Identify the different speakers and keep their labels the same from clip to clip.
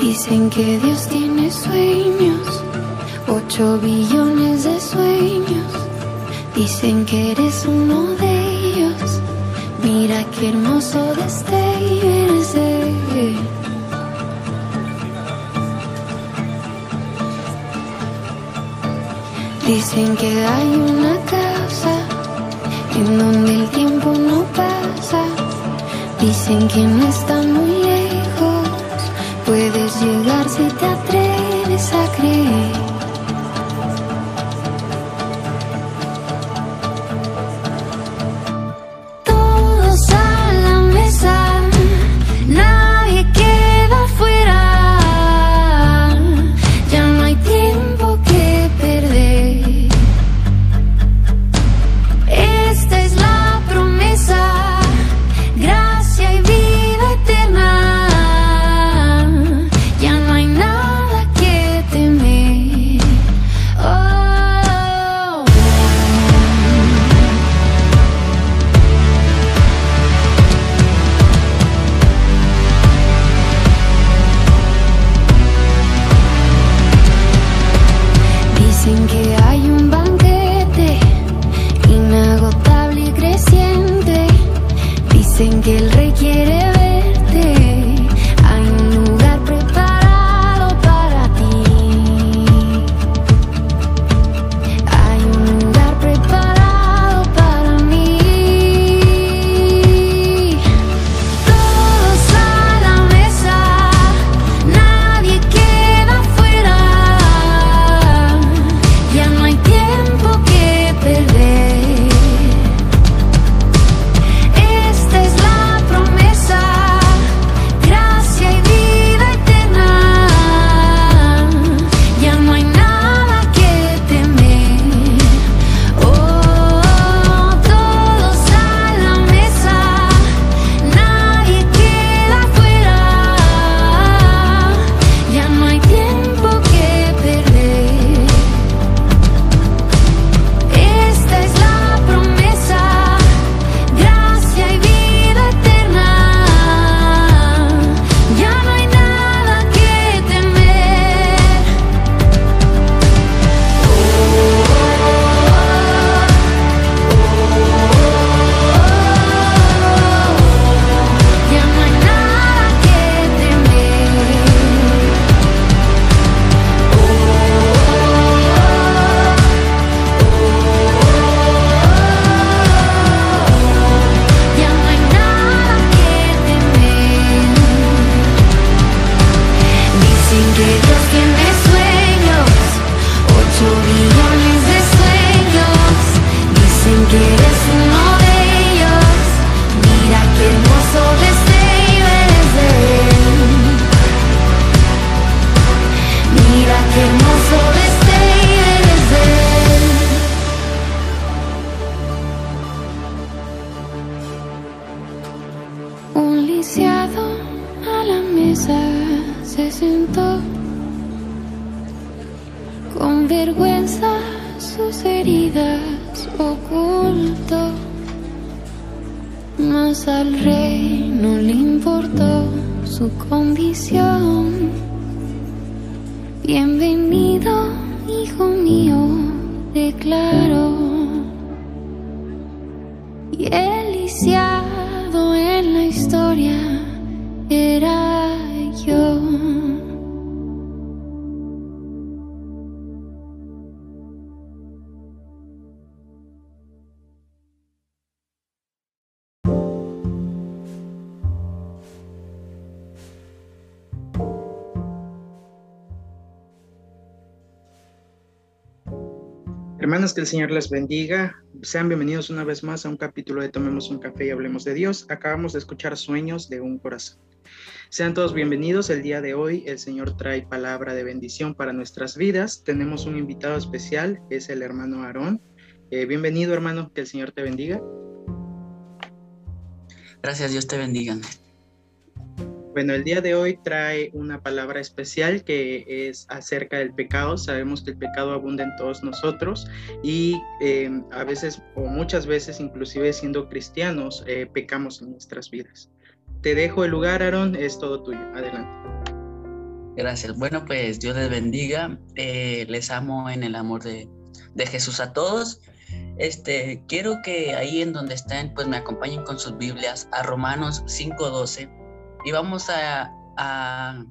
Speaker 1: Dicen que Dios tiene sueños, 8 billones de sueños. Dicen que eres uno de ellos. Mira qué hermoso destello eres de él. Dicen que hay una casa en donde el tiempo no pasa. Dicen que no está muy lejos. Puedes llegar si te atreves a creer. Todos a la mesa, nadie queda fuera. Ya no hay tiempo que perder. Esta es la promesa, gracia y vida eterna. Ya no hay nada que temer. Oh. Dicen que hay un banquete inagotable y creciente. Dicen que el rey quiere verte. Hay un lugar preparado para ti. Hay un lugar preparado para mí. Todos a la mesa, nadie queda fuera. Ya no hay tiempo que perder. Esta es la promesa, gracia y vida eterna. Ya no hay nada que temer. Oh, todos a la mesa, nadie queda fuera. Ya no hay tiempo que perder. Esta es la promesa, gracia y vida eterna. Ya no hay nada que temer. Ya no hay nada que temer. Ya no hay nada que temer. Dicen que Dios tiene sueños, 8 billones de sueños. Dicen que eres uno de ellos. Mira qué hermoso destello eres de él. Mira qué hermoso destello eres de él. Un lisiado a la mesa se sentó, con vergüenza sus heridas ocultó, mas al rey no le importó su condición. Bienvenido, hijo mío, declaró. Y el lisiado en la historia era yo.
Speaker 2: Hermanos, que el Señor les bendiga. Sean bienvenidos una vez más a un capítulo de Tomemos un Café y Hablemos de Dios. Acabamos de escuchar Sueños de un Corazón. Sean todos bienvenidos. El día de hoy el Señor trae palabra de bendición para nuestras vidas. Tenemos un invitado especial, es el hermano Aarón. Bienvenido, hermano, que el Señor te bendiga.
Speaker 3: Gracias, Dios te bendiga.
Speaker 2: Bueno, el día de hoy trae una palabra especial que es acerca del pecado. Sabemos que el pecado abunda en todos nosotros y a veces o muchas veces, inclusive siendo cristianos, pecamos en nuestras vidas. Te dejo el lugar, Aarón, es todo tuyo. Adelante.
Speaker 3: Gracias. Bueno, pues Dios les bendiga. Les amo en el amor de Jesús a todos. Quiero que ahí en donde estén, pues me acompañen con sus Biblias a Romanos 5:12 y vamos a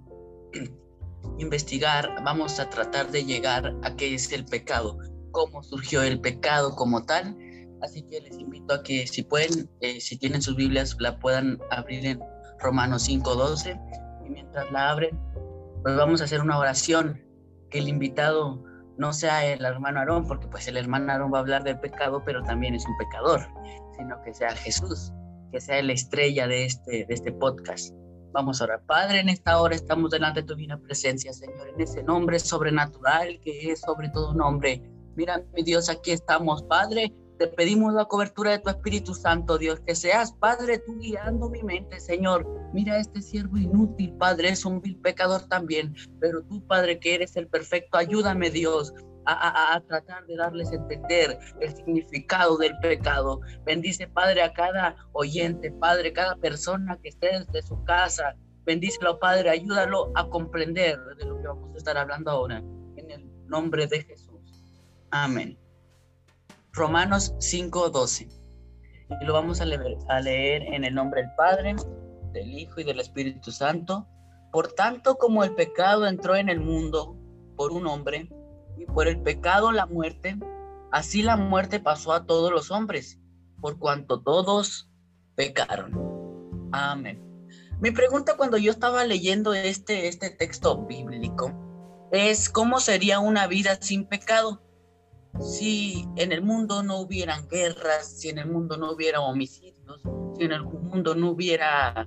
Speaker 3: investigar, vamos a tratar de llegar a qué es el pecado, cómo surgió el pecado como tal. Así que les invito a que si pueden, si tienen sus Biblias, la puedan abrir en Romanos 5:12 y mientras la abren, pues vamos a hacer una oración, que el invitado no sea el hermano Aarón, porque pues el hermano Aarón va a hablar del pecado, pero también es un pecador, sino que sea Jesús, que sea la estrella de este podcast. Vamos a orar. Padre, en esta hora estamos delante de tu divina presencia, Señor, en ese nombre sobrenatural que es sobre todo nombre. Mira, mi Dios, aquí estamos, Padre. Te pedimos la cobertura de tu Espíritu Santo, Dios, que seas, Padre, tú guiando mi mente, Señor. Mira este siervo inútil, Padre, es un vil pecador también, pero tú, Padre, que eres el perfecto, ayúdame, Dios, a tratar de darles a entender el significado del pecado. Bendice, Padre, a cada oyente, Padre, cada persona que esté desde su casa. Bendícelo, Padre, ayúdalo a comprender de lo que vamos a estar hablando ahora, en el nombre de Jesús. Amén. Romanos 5:12 y lo vamos a leer en el nombre del Padre, del Hijo y del Espíritu Santo. Por tanto, como el pecado entró en el mundo por un hombre y por el pecado la muerte, así la muerte pasó a todos los hombres, por cuanto todos pecaron. Amén. Mi pregunta cuando yo estaba leyendo este texto bíblico es: ¿cómo sería una vida sin pecado? Si en el mundo no hubieran guerras, si en el mundo no hubiera homicidios, si en el mundo no hubiera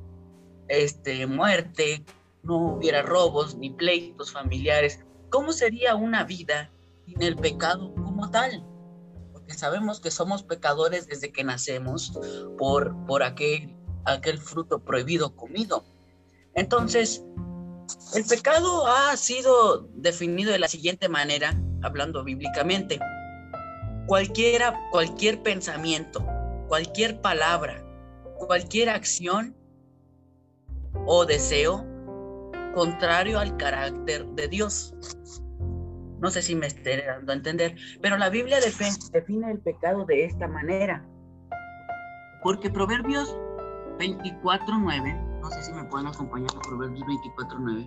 Speaker 3: muerte, no hubiera robos ni pleitos familiares, ¿cómo sería una vida sin el pecado como tal? Porque sabemos que somos pecadores desde que nacemos por aquel fruto prohibido comido. Entonces, el pecado ha sido definido de la siguiente manera, hablando bíblicamente: cualquier pensamiento, cualquier palabra, cualquier acción o deseo contrario al carácter de Dios. No sé si me estaré dando a entender, pero la Biblia define el pecado de esta manera, porque Proverbios 24:9, no sé si me pueden acompañar a Proverbios 24:9.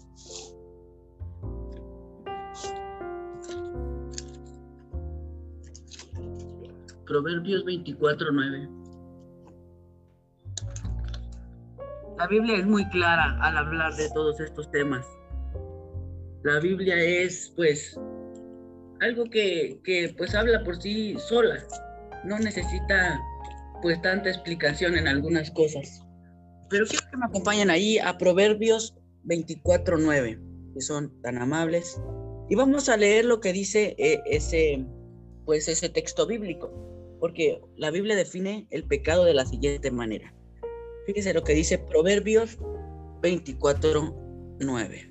Speaker 3: Proverbios 24:9. La Biblia es muy clara al hablar de todos estos temas. La Biblia es, pues, algo que pues habla por sí sola. No necesita, pues, tanta explicación en algunas cosas. Pero quiero que me acompañen ahí a Proverbios 24:9, que son tan amables. Y vamos a leer lo que dice ese texto bíblico, porque la Biblia define el pecado de la siguiente manera. Fíjese lo que dice Proverbios 24:9.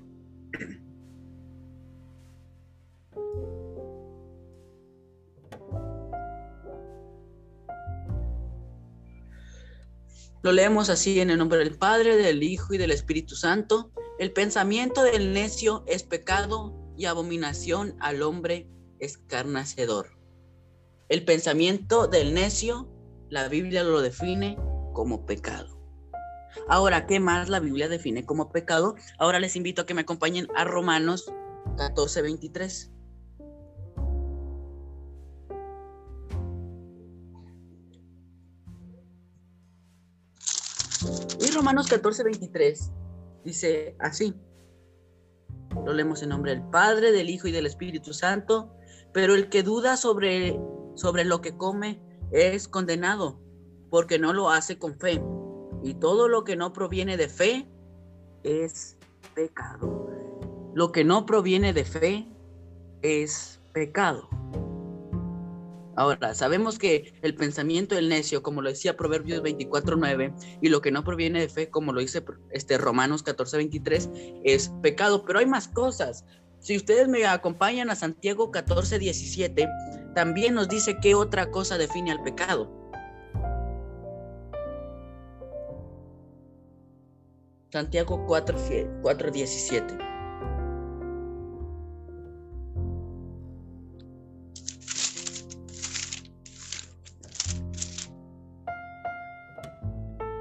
Speaker 3: Lo leemos así: en el nombre del Padre, del Hijo y del Espíritu Santo. El pensamiento del necio es pecado y abominación al hombre escarnecedor. El pensamiento del necio, la Biblia lo define como pecado. Ahora, ¿qué más la Biblia define como pecado? Ahora les invito a que me acompañen a Romanos 14:23. Y Romanos 14:23 dice así. Lo leemos en nombre del Padre, del Hijo y del Espíritu Santo. Pero el que duda sobre lo que come es condenado, porque no lo hace con fe. Y todo lo que no proviene de fe es pecado. Lo que no proviene de fe es pecado. Ahora, sabemos que el pensamiento del necio, como lo decía Proverbios 24:9, y lo que no proviene de fe, como lo dice Romanos 14:23, es pecado. Pero hay más cosas. Si ustedes me acompañan a Santiago 14:17, también nos dice qué otra cosa define al pecado. Santiago 4:17.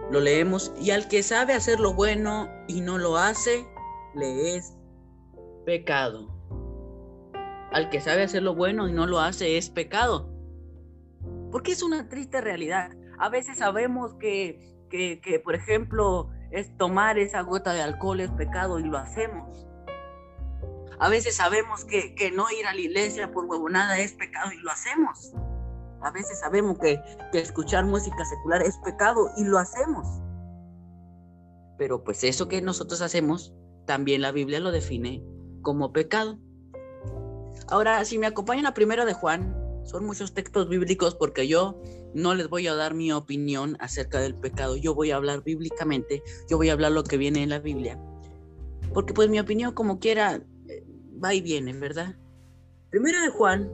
Speaker 3: Lo leemos: y al que sabe hacer lo bueno y no lo hace, le es pecado. Al que sabe hacer lo bueno y no lo hace es pecado. Porque es una triste realidad. A veces sabemos que por ejemplo, es tomar esa gota de alcohol es pecado y lo hacemos. A veces sabemos que no ir a la iglesia por huevonada es pecado y lo hacemos. A veces sabemos que escuchar música secular es pecado y lo hacemos. Pero pues eso que nosotros hacemos, también la Biblia lo define como pecado. Ahora, si me acompañan a 1 de Juan, son muchos textos bíblicos porque yo no les voy a dar mi opinión acerca del pecado. Yo voy a hablar bíblicamente, yo voy a hablar lo que viene en la Biblia. Porque pues mi opinión como quiera va y viene, ¿verdad? 1 de Juan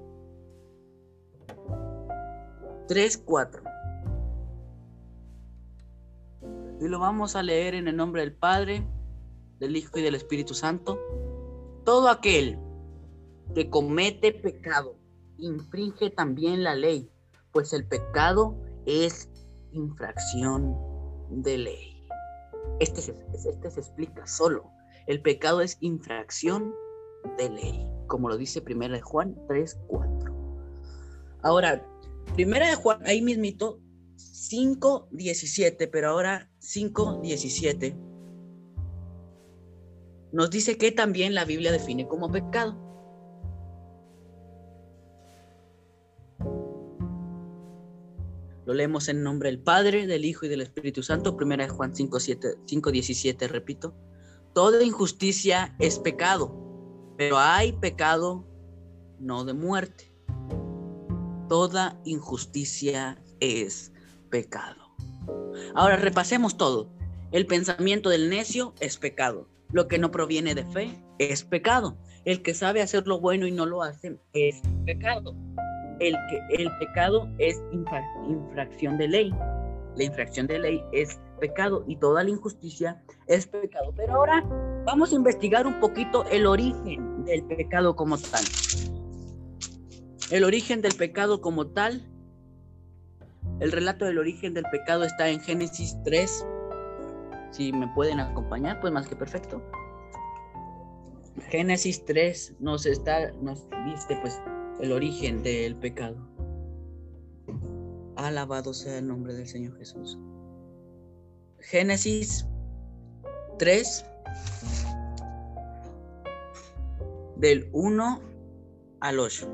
Speaker 3: 3:4. Y lo vamos a leer en el nombre del Padre, del Hijo y del Espíritu Santo. Todo aquel que comete pecado infringe también la ley, pues el pecado es infracción de ley. Este se explica solo. El pecado es infracción de ley, como lo dice 1 de Juan 3:4. Ahora, 1 de Juan, ahí mismito, 5:17, pero ahora 5:17, nos dice que también la Biblia define como pecado. Lo leemos en nombre del Padre, del Hijo y del Espíritu Santo. 1 de Juan 5:17, repito. Toda injusticia es pecado, pero hay pecado no de muerte. Toda injusticia es pecado. Ahora repasemos todo. El pensamiento del necio es pecado. Lo que no proviene de fe es pecado. El que sabe hacer lo bueno y no lo hace es pecado. El pecado es infracción de ley. La infracción de ley es pecado y toda la injusticia es pecado. Pero ahora vamos a investigar un poquito el origen del pecado como tal. El origen del pecado como tal, el relato del origen del pecado está en Génesis 3. Si me pueden acompañar, pues más que perfecto. Génesis 3 nos dice pues el origen del pecado. Alabado sea el nombre del Señor Jesús. Génesis 3, del 1 al 8.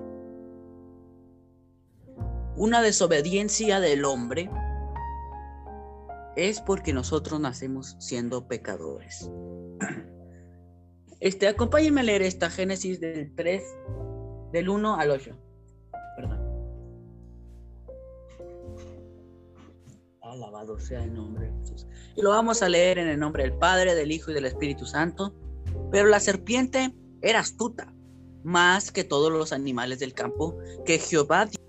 Speaker 3: Una desobediencia del hombre es porque nosotros nacemos siendo pecadores. Acompáñenme a leer esta Génesis del 3, del 1 al 8. Perdón. Alabado sea el nombre de Jesús. Y lo vamos a leer en el nombre del Padre, del Hijo y del Espíritu Santo. Pero la serpiente era astuta, más que todos los animales del campo que Jehová dio.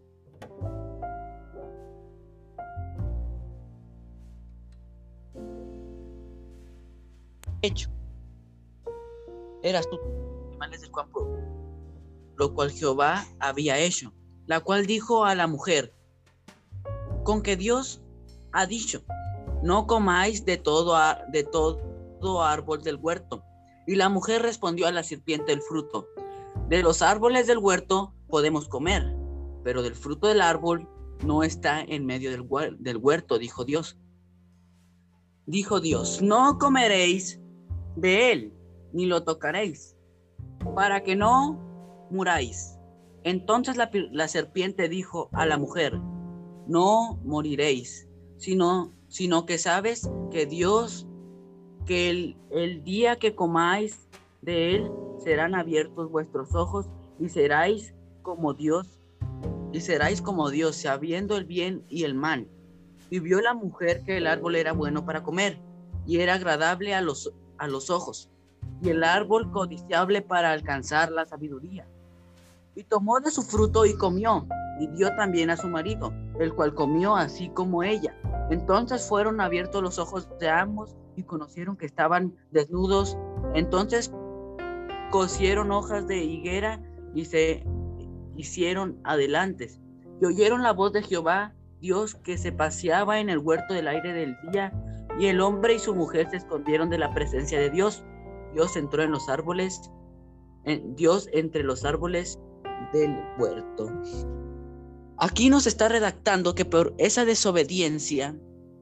Speaker 3: Era astuta, animales del campo, lo cual Jehová había hecho, la cual dijo a la mujer: con que Dios ha dicho, no comáis de todo árbol del huerto. Y la mujer respondió a la serpiente: el fruto de los árboles del huerto podemos comer, pero del fruto del árbol no está en medio del huerto, dijo Dios. Dijo Dios: no comeréis de él, ni lo tocaréis, para que no muráis. Entonces la serpiente dijo a la mujer: no moriréis, sino que sabes que Dios, que el día que comáis de él, serán abiertos vuestros ojos y seráis como Dios, sabiendo el bien y el mal. Y vio la mujer que el árbol era bueno para comer, y era agradable a los ojos, y el árbol codiciable para alcanzar la sabiduría. Y tomó de su fruto y comió, y dio también a su marido, el cual comió así como ella. Entonces fueron abiertos los ojos de ambos y conocieron que estaban desnudos. Entonces cosieron hojas de higuera y se hicieron adelantes. Y oyeron la voz de Jehová Dios que se paseaba en el huerto del aire del día, y el hombre y su mujer se escondieron de la presencia de Dios. Dios entró en los árboles, Dios entre los árboles del huerto. Aquí nos está redactando que por esa desobediencia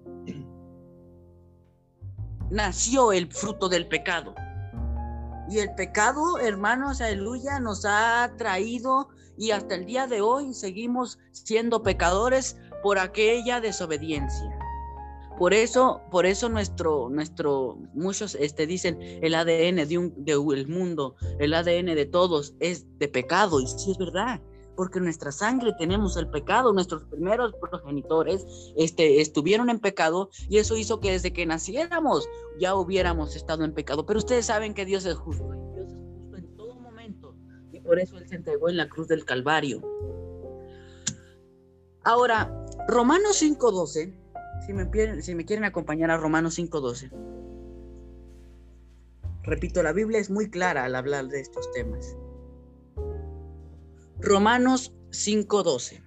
Speaker 3: nació el fruto del pecado. Y el pecado, hermanos, aleluya, nos ha traído, y hasta el día de hoy seguimos siendo pecadores por aquella desobediencia. Por eso muchos dicen el ADN del mundo, el ADN de todos es de pecado, y sí es verdad, porque en nuestra sangre tenemos el pecado. Nuestros primeros progenitores estuvieron en pecado, y eso hizo que desde que naciéramos ya hubiéramos estado en pecado. Pero ustedes saben que Dios es justo, y Dios es justo en todo momento, y por eso Él se entregó en la cruz del Calvario. Ahora, Romanos 5:12, si me quieren acompañar a Romanos 5:12. Repito, la Biblia es muy clara al hablar de estos temas. Romanos 5:12.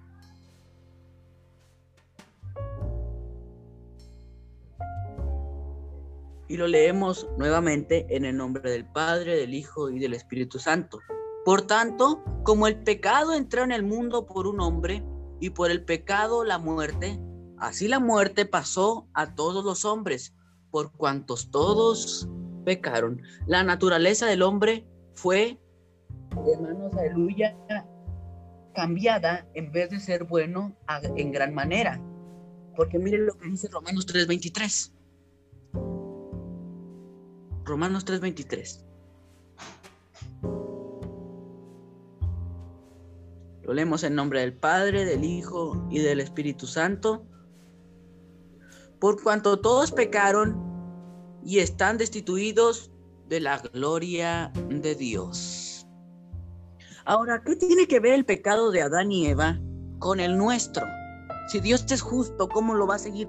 Speaker 3: Y lo leemos nuevamente en el nombre del Padre, del Hijo y del Espíritu Santo. Por tanto, como el pecado entró en el mundo por un hombre, y por el pecado la muerte, así la muerte pasó a todos los hombres, por cuantos todos pecaron. La naturaleza del hombre fue, hermanos, aleluya, cambiada, en vez de ser bueno en gran manera. Porque miren lo que dice Romanos 3:23. Romanos 3:23. Lo leemos en nombre del Padre, del Hijo y del Espíritu Santo. Por cuanto todos pecaron y están destituidos de la gloria de Dios. Ahora, ¿qué tiene que ver el pecado de Adán y Eva con el nuestro? Si Dios es justo, ¿cómo lo va a seguir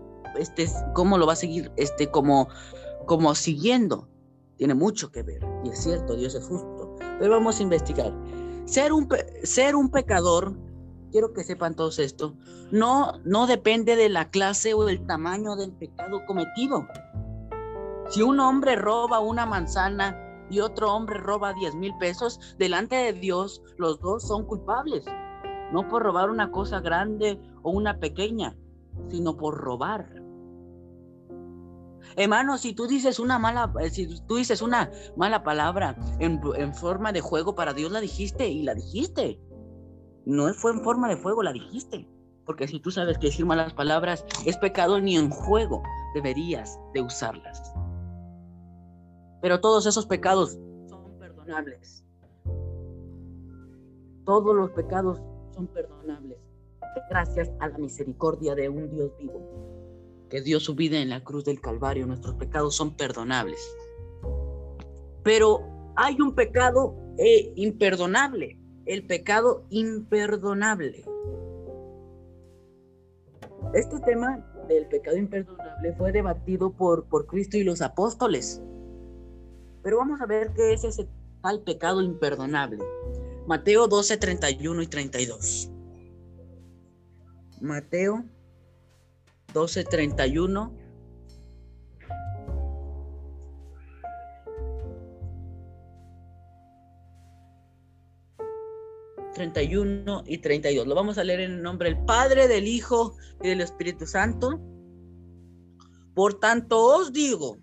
Speaker 3: como siguiendo? Tiene mucho que ver, y es cierto, Dios es justo. Pero vamos a investigar. Ser un pecador, quiero que sepan todos esto, no depende de la clase o del tamaño del pecado cometido. Si un hombre roba una manzana y otro hombre roba 10,000 pesos, delante de Dios los dos son culpables, no por robar una cosa grande o una pequeña, sino por robar. Hermano, si tú dices una mala palabra en forma de juego para Dios, la dijiste y la dijiste. No fue en forma de juego, la dijiste. Porque si tú sabes que decir malas palabras es pecado, ni en juego deberías de usarlas. Pero todos esos pecados son perdonables. Todos los pecados son perdonables, gracias a la misericordia de un Dios vivo, que dio su vida en la cruz del Calvario. Nuestros pecados son perdonables. Pero hay un pecado imperdonable, el pecado imperdonable. Este tema del pecado imperdonable fue debatido por Cristo y los apóstoles. Pero vamos a ver qué es ese tal pecado imperdonable. Mateo 12, 31 y 32. Mateo 12, 31 y 32. Lo vamos a leer en el nombre del Padre, del Hijo y del Espíritu Santo. Por tanto os digo,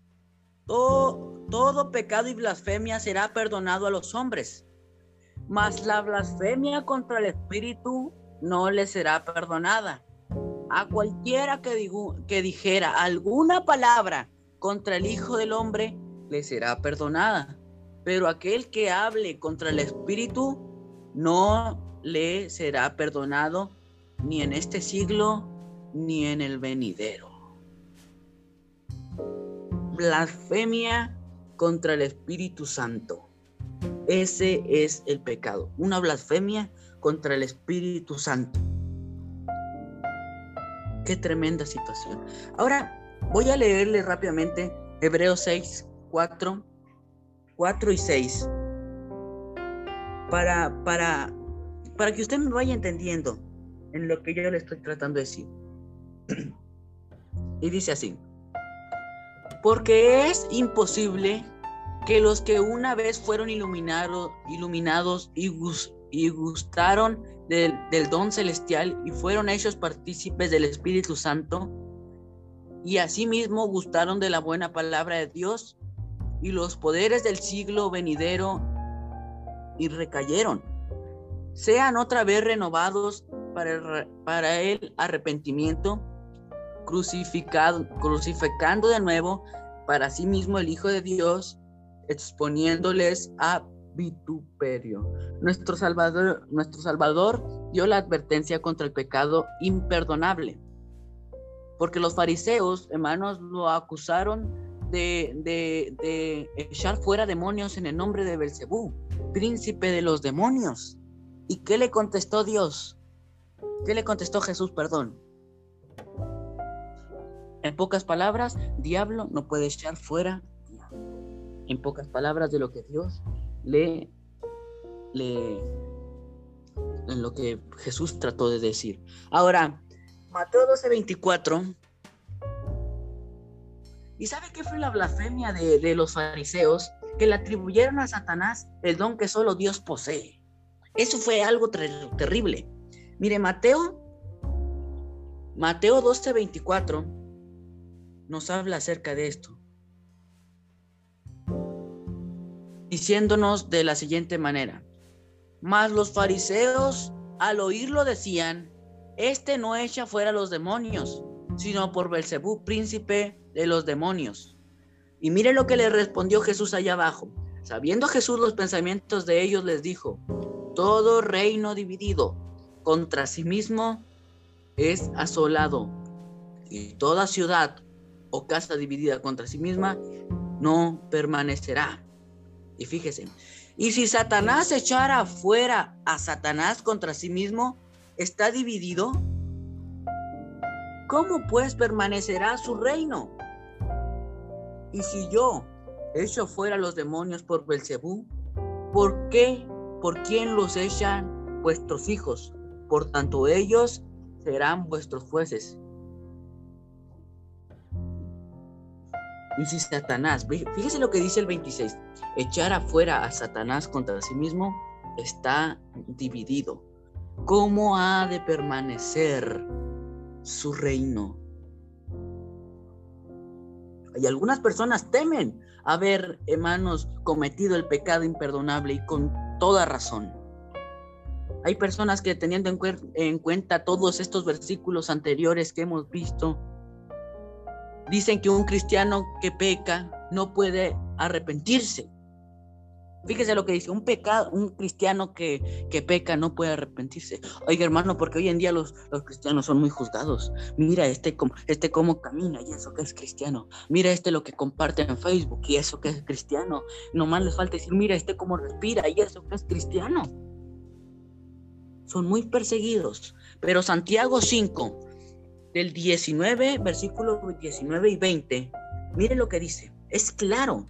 Speaker 3: todo pecado y blasfemia será perdonado a los hombres, mas la blasfemia contra el Espíritu no le será perdonada. A cualquiera que dijera alguna palabra contra el Hijo del Hombre le será perdonada, pero aquel que hable contra el Espíritu no le será perdonado, ni en este siglo ni en el venidero. Blasfemia contra el Espíritu Santo. Ese es el pecado, una blasfemia contra el Espíritu Santo. Qué tremenda situación. Ahora voy a leerle rápidamente Hebreos 6, 4 y 6 para que usted me vaya entendiendo en lo que yo le estoy tratando de decir. Y dice así: porque es imposible que los que una vez fueron iluminados y gustaron del don celestial y fueron hechos partícipes del Espíritu Santo, y asimismo gustaron de la buena palabra de Dios y los poderes del siglo venidero, y recayeron, sean otra vez renovados para el arrepentimiento, crucificando de nuevo para sí mismo el Hijo de Dios, exponiéndoles a vituperio. Nuestro Salvador dio la advertencia contra el pecado imperdonable, porque los fariseos, hermanos, lo acusaron de echar fuera demonios en el nombre de Belcebú, príncipe de los demonios. ¿Y qué le contestó Dios? ¿Qué le contestó Jesús, perdón? En pocas palabras, diablo no puede echar fuera diablo. En pocas palabras, de lo que Dios en lo que Jesús trató de decir. Ahora, Mateo 12:24. ¿Y sabe qué fue la blasfemia de los fariseos? Que le atribuyeron a Satanás el don que solo Dios posee. Eso fue algo terrible. Mire, Mateo 12:24 nos habla acerca de esto, diciéndonos de la siguiente manera: mas los fariseos al oírlo decían: este no echa fuera los demonios, sino por Belcebú, príncipe de los demonios. Y mire lo que le respondió Jesús allá abajo. Sabiendo Jesús los pensamientos de ellos, les dijo: todo reino dividido contra sí mismo es asolado, y toda ciudad o casa dividida contra sí misma no permanecerá. Y fíjese, y si Satanás echara fuera a Satanás contra sí mismo, está dividido, ¿cómo pues permanecerá su reino? Y si yo echo fuera los demonios por Belcebú, ¿por qué? ¿Por quién los echan vuestros hijos? Por tanto, ellos serán vuestros jueces. Y si Satanás, fíjese lo que dice el 26, echar afuera a Satanás contra sí mismo, está dividido. ¿Cómo ha de permanecer su reino? Y algunas personas temen haber, hermanos, cometido el pecado imperdonable, y con toda razón. Hay personas que, teniendo en cuenta todos estos versículos anteriores que hemos visto, dicen que un cristiano que peca no puede arrepentirse. Fíjese lo que dice: un cristiano que peca no puede arrepentirse. Oiga, hermano, porque hoy en día los cristianos son muy juzgados. Mira cómo camina, y eso que es cristiano. Mira lo que comparte en Facebook, y eso que es cristiano. Nomás les falta decir: mira cómo respira, y eso que es cristiano. Son muy perseguidos. Pero Santiago 5, del 19, versículos 19 y 20, mire lo que dice. Es claro.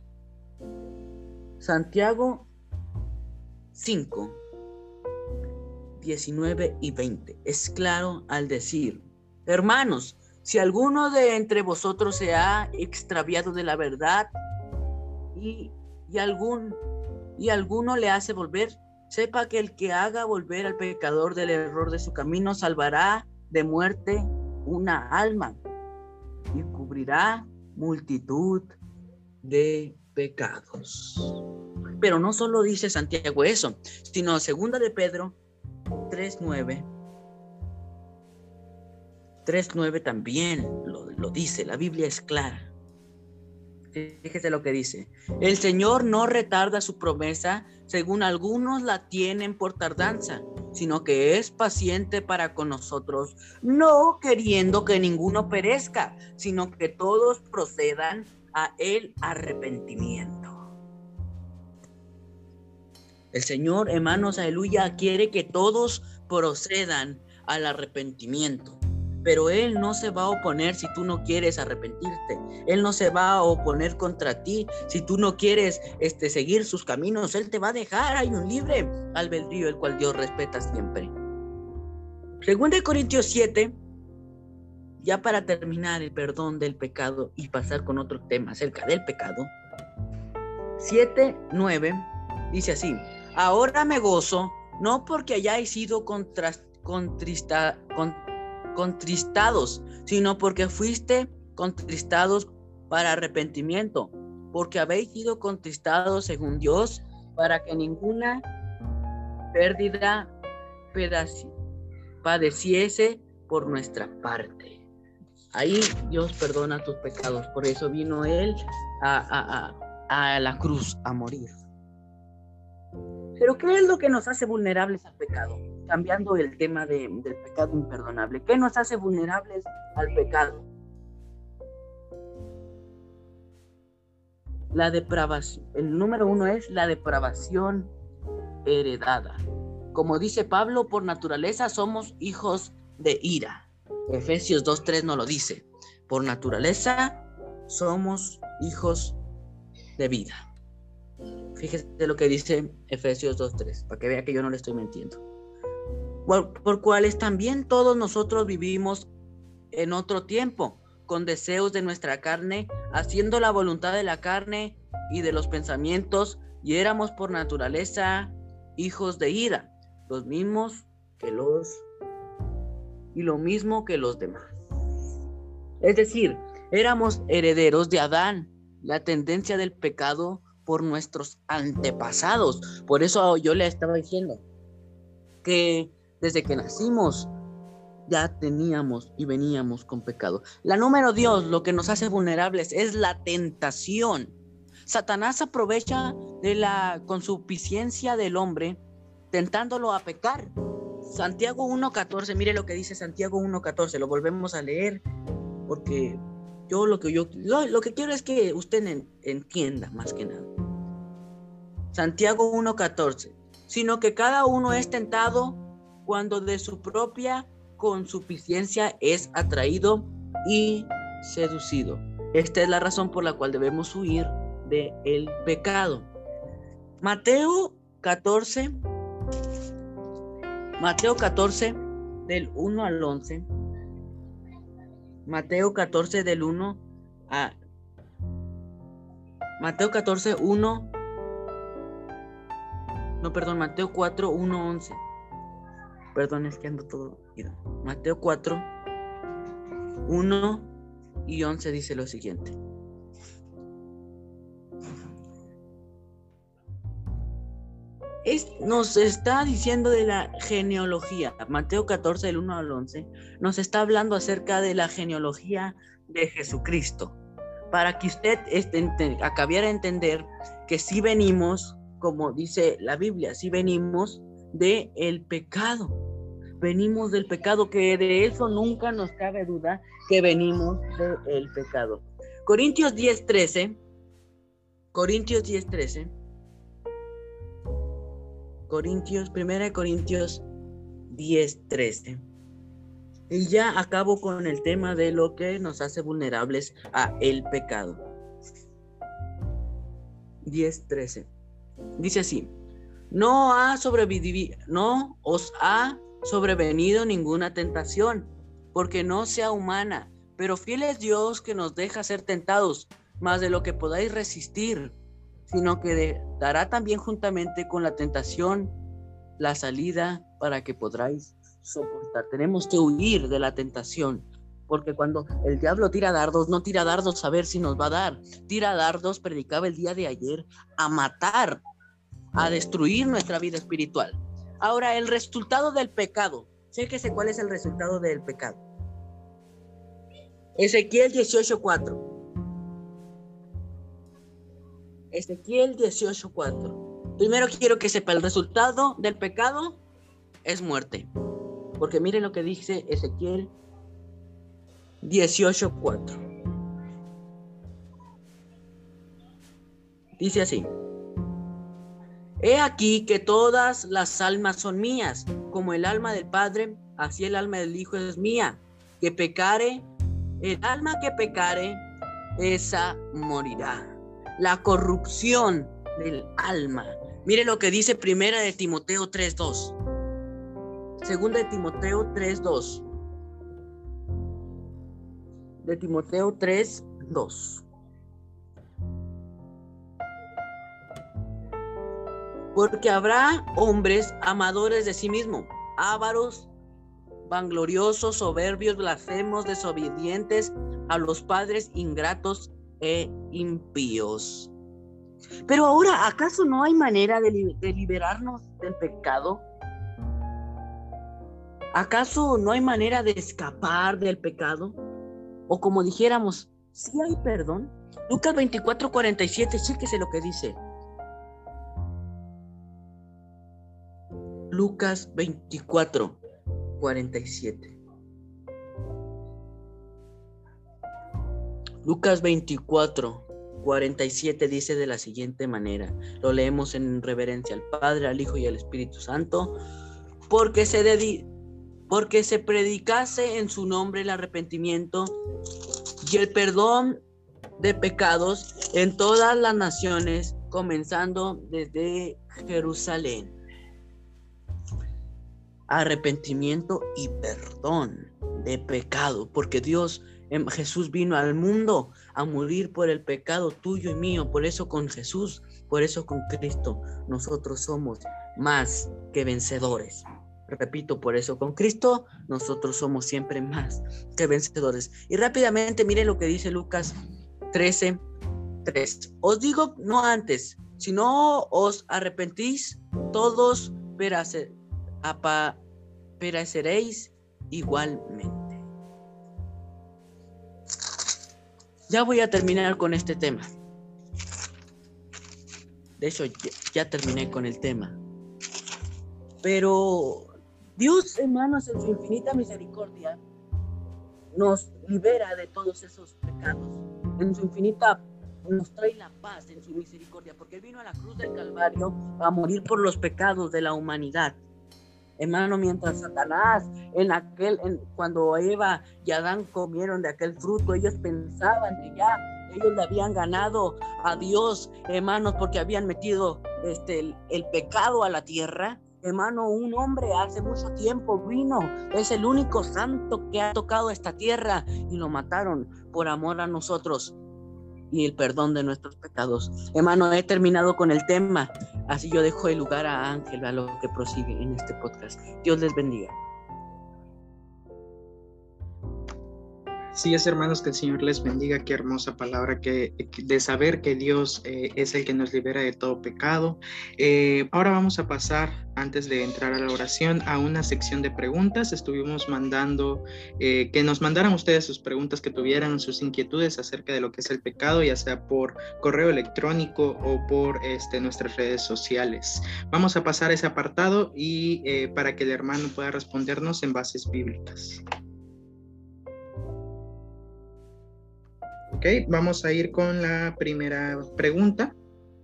Speaker 3: Santiago 5, 19 y 20. Es claro al decir: hermanos, si alguno de entre vosotros se ha extraviado de la verdad y alguno le hace volver, sepa que el que haga volver al pecador del error de su camino salvará de muerte una alma y cubrirá multitud de pecados. Pero no solo dice Santiago eso, sino 2 de Pedro 3:9 también lo dice. La Biblia es clara. Fíjese lo que dice: el Señor no retarda su promesa, según algunos la tienen por tardanza, sino que es paciente para con nosotros, no queriendo que ninguno perezca, sino que todos procedan a el arrepentimiento. El Señor, hermanos, aleluya, quiere que todos procedan al arrepentimiento. Pero Él no se va a oponer si tú no quieres arrepentirte. Él no se va a oponer contra ti si tú no quieres seguir sus caminos. Él te va a dejar. Hay un libre albedrío, el cual Dios respeta siempre. 2 Corintios 7, ya para terminar el perdón del pecado y pasar con otro tema acerca del pecado, 7:9 dice así: ahora me gozo, no porque hayáis sido contristados, sino porque fuiste contristados para arrepentimiento, porque habéis sido contristados según Dios, para que ninguna pérdida padeciese por nuestra parte. Ahí Dios perdona tus pecados, por eso vino Él a la cruz a morir. Pero ¿qué es lo que nos hace vulnerables al pecado? Cambiando el tema del pecado imperdonable, ¿qué nos hace vulnerables al pecado? La depravación. El número 1 es la depravación heredada. Como dice Pablo, por naturaleza somos hijos de ira. Efesios 2:3 nos lo dice. Por naturaleza somos hijos de vida. Fíjese lo que dice Efesios 2:3, para que vea que yo no le estoy mintiendo. Por cuales también todos nosotros vivimos en otro tiempo, con deseos de nuestra carne, haciendo la voluntad de la carne y de los pensamientos, y éramos por naturaleza hijos de ira, lo mismo que los demás. Es decir, éramos herederos de Adán, la tendencia del pecado por nuestros antepasados. Por eso yo le estaba diciendo que desde que nacimos ya teníamos y veníamos con pecado. La número 2, lo que nos hace vulnerables es la tentación. Satanás aprovecha de la concupiscencia del hombre, tentándolo a pecar. Santiago 1:14, mire lo que dice Santiago 1:14, lo volvemos a leer, porque lo que quiero es que usted entienda más que nada. Santiago 1:14, sino que cada uno es tentado cuando de su propia concupiscencia es atraído y seducido. Esta es la razón por la cual debemos huir del pecado. Mateo 14 del 1 al 11. Mateo 14 del 1 a Mateo 14 1 no, perdón, Mateo 4 1 11. Perdón, es que ando todo. Mateo 4 1 y 11 dice lo siguiente: nos está diciendo de la genealogía. Mateo 14 del 1 al 11 nos está hablando acerca de la genealogía de Jesucristo, para que usted acabiera de entender que sí venimos, como dice la Biblia, sí venimos del pecado. Venimos del pecado, que de eso nunca nos cabe duda, que venimos del pecado. Corintios 10:13. Corintios 10:13. Primera de Corintios 10:13. Y ya acabo con el tema de lo que nos hace vulnerables a el pecado. 10:13. Dice así: no os ha sobrevenido ninguna tentación, porque no sea humana, pero fiel es Dios, que nos deja ser tentados más de lo que podáis resistir, sino que dará también juntamente con la tentación la salida para que podráis soportar. Tenemos que huir de la tentación, porque cuando el diablo tira dardos, no tira dardos a ver si nos va a dar, tira dardos, predicaba el día de ayer, a matar, a destruir nuestra vida espiritual. Ahora, el resultado del pecado. Chéquese cuál es el resultado del pecado. Ezequiel 18:4. Ezequiel 18:4. Primero quiero que sepa, el resultado del pecado es muerte. Porque miren lo que dice Ezequiel 18:4. Dice así: he aquí que todas las almas son mías, como el alma del Padre, así el alma del Hijo es mía. Que pecare, el alma que pecare, esa morirá. La corrupción del alma. Mire lo que dice Primera de Timoteo 3:2. Segunda de Timoteo 3:2.
Speaker 4: de Timoteo 3:2. Porque habrá hombres amadores de sí mismos, ávaros, vangloriosos, soberbios, blasfemos, desobedientes a los padres, ingratos e impíos. Pero ahora, ¿acaso no hay manera de liberarnos del pecado? ¿Acaso no hay manera de escapar del pecado? O como dijéramos, ¿sí hay perdón? Lucas 24:47, chéquese lo que dice. Lucas 24:47. Lucas 24:47 dice de la siguiente manera. Lo leemos en reverencia al Padre, al Hijo y al Espíritu Santo. Porque se predicase en su nombre el arrepentimiento y el perdón de pecados en todas las naciones, comenzando desde Jerusalén. Arrepentimiento y perdón de pecado, porque Jesús vino al mundo a morir por el pecado tuyo y mío. Por eso con Jesús, por eso con Cristo, nosotros somos más que vencedores. Repito, por eso con Cristo nosotros somos siempre más que vencedores. Y rápidamente miren lo que dice Lucas 13:3. Os digo no antes, si no os arrepentís, todos pereceréis igualmente. Ya voy a terminar con este tema. De hecho, ya terminé con el tema. Pero Dios, hermanos, en su infinita misericordia, nos libera de todos esos pecados. En su infinita nos trae la paz en su misericordia, porque Él vino a la cruz del Calvario a morir por los pecados de la humanidad. Hermano, mientras Satanás, cuando Eva y Adán comieron de aquel fruto, ellos pensaban que ya ellos le habían ganado a Dios, hermanos, porque habían metido el pecado a la tierra. Hermano, un hombre hace mucho tiempo vino, es el único santo que ha tocado esta tierra, y lo mataron por amor a nosotros y el perdón de nuestros pecados. Hermano, he terminado con el tema, así yo dejo el lugar a Ángel, a lo que prosigue en este podcast. Dios les bendiga.
Speaker 2: Sí, es, hermanos, que el Señor les bendiga. Qué hermosa palabra de saber que Dios es el que nos libera de todo pecado. Ahora vamos a pasar, antes de entrar a la oración, a una sección de preguntas. Estuvimos mandando que nos mandaran ustedes sus preguntas que tuvieran, sus inquietudes acerca de lo que es el pecado, ya sea por correo electrónico o por nuestras redes sociales. Vamos a pasar a ese apartado y para que el hermano pueda respondernos en bases bíblicas. Ok, vamos a ir con la primera pregunta.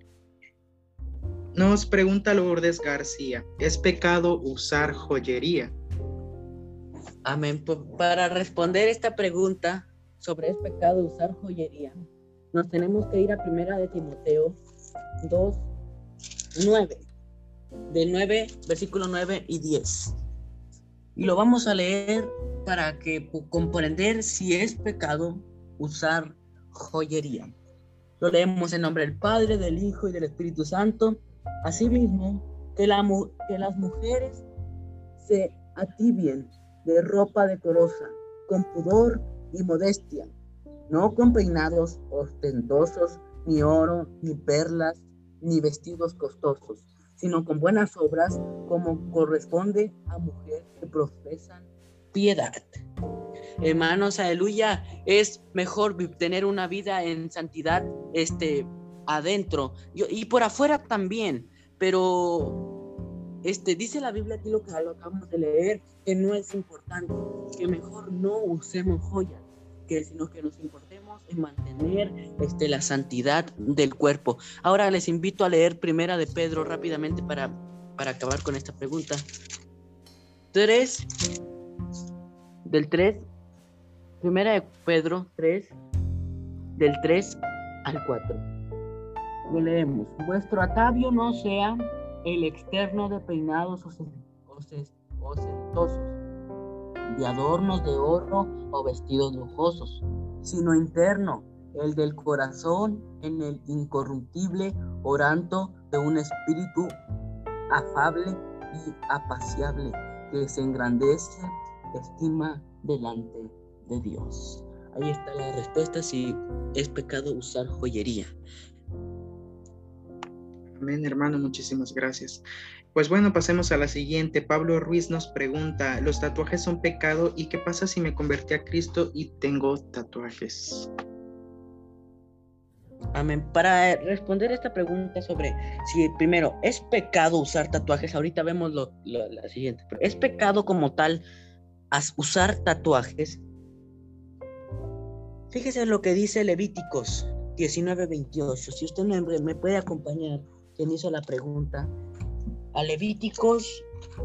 Speaker 2: Nos pregunta Lourdes García, ¿es pecado usar joyería?
Speaker 4: Amén. Para responder esta pregunta sobre ¿es pecado usar joyería?, nos tenemos que ir a 1 de Timoteo 2:9, del 9, versículo 9 y 10. Y lo vamos a leer para que comprender si es pecado usar joyería. Lo leemos en nombre del Padre, del Hijo y del Espíritu Santo. Asimismo, que las mujeres se atibien de ropa decorosa, con pudor y modestia, no con peinados ostentosos, ni oro, ni perlas, ni vestidos costosos, sino con buenas obras, como corresponde a mujeres que profesan piedad. Hermanos, aleluya, es mejor tener una vida en santidad adentro y por afuera también, pero dice la Biblia aquí, lo que acabamos de leer, que no es importante, que mejor no usemos joyas, sino que nos importemos en mantener la santidad del cuerpo. Ahora les invito a leer 1 de Pedro rápidamente para acabar con esta pregunta. 1 de Pedro 3, del 3 al 4. Lo leemos. Vuestro atavio no sea el externo de peinados ostentosos, de adornos de oro o vestidos lujosos, sino interno, el del corazón en el incorruptible oranto de un espíritu afable y apacible que se engrandece, estima delante de Dios. Ahí está la respuesta si es pecado usar joyería.
Speaker 2: Amén, hermano, muchísimas gracias. Pues bueno, pasemos a la siguiente. Pablo Ruiz nos pregunta, ¿los tatuajes son pecado? ¿Y qué pasa si me convertí a Cristo y tengo tatuajes?
Speaker 4: Amén. Para responder esta pregunta sobre si primero es pecado usar tatuajes, ahorita vemos la siguiente. ¿Es pecado como tal usar tatuajes? Fíjese lo que dice Levíticos 19:28. Si usted me puede acompañar, quien hizo la pregunta, a Levíticos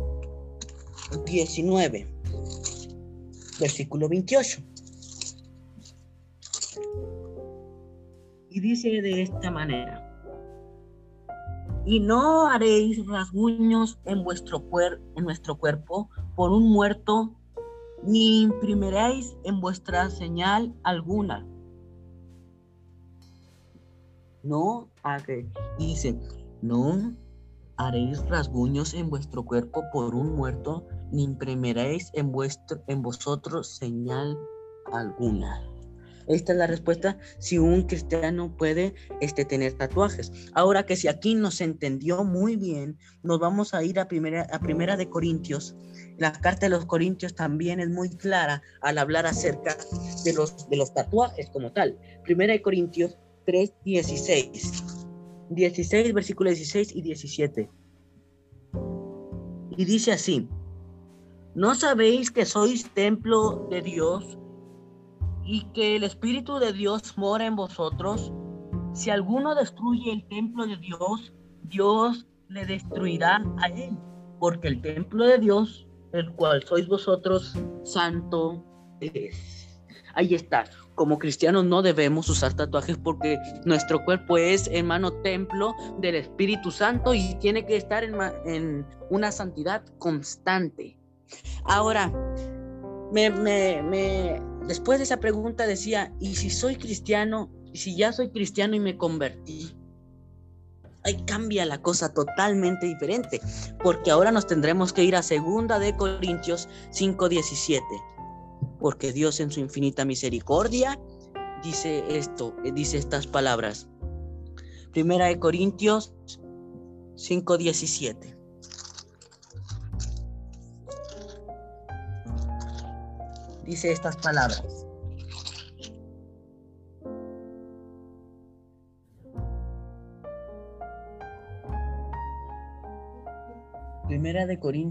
Speaker 4: 19, versículo 28. Y dice de esta manera: y no haréis rasguños en nuestro cuerpo por un muerto, ni imprimiréis en vuestra señal alguna. No haréis, dice, no haréis rasguños en vuestro cuerpo por un muerto, ni imprimiréis en vosotros señal alguna. Esta es la respuesta si un cristiano puede tener tatuajes. Ahora que si aquí nos entendió muy bien, nos vamos a ir a primera de Corintios. La carta de los Corintios también es muy clara al hablar acerca de los tatuajes como tal. Primera de Corintios 3:16, versículos 16 y 17. Y dice así: ¿no sabéis que sois templo de Dios y que el Espíritu de Dios mora en vosotros? Si alguno destruye el templo de Dios, Dios le destruirá a él, porque el templo de Dios, el cual sois vosotros, santo es. Ahí está. Como cristianos no debemos usar tatuajes porque nuestro cuerpo es, hermano, templo del Espíritu Santo y tiene que estar en una santidad constante. Ahora, después de esa pregunta decía, ¿y si soy cristiano? ¿Y si ya soy cristiano y me convertí? Ahí cambia la cosa totalmente diferente, porque ahora nos tendremos que ir a 2 de Corintios 5:17, porque Dios en su infinita misericordia dice estas palabras. 1 de Corintios 5:17. Dice estas palabras: Segunda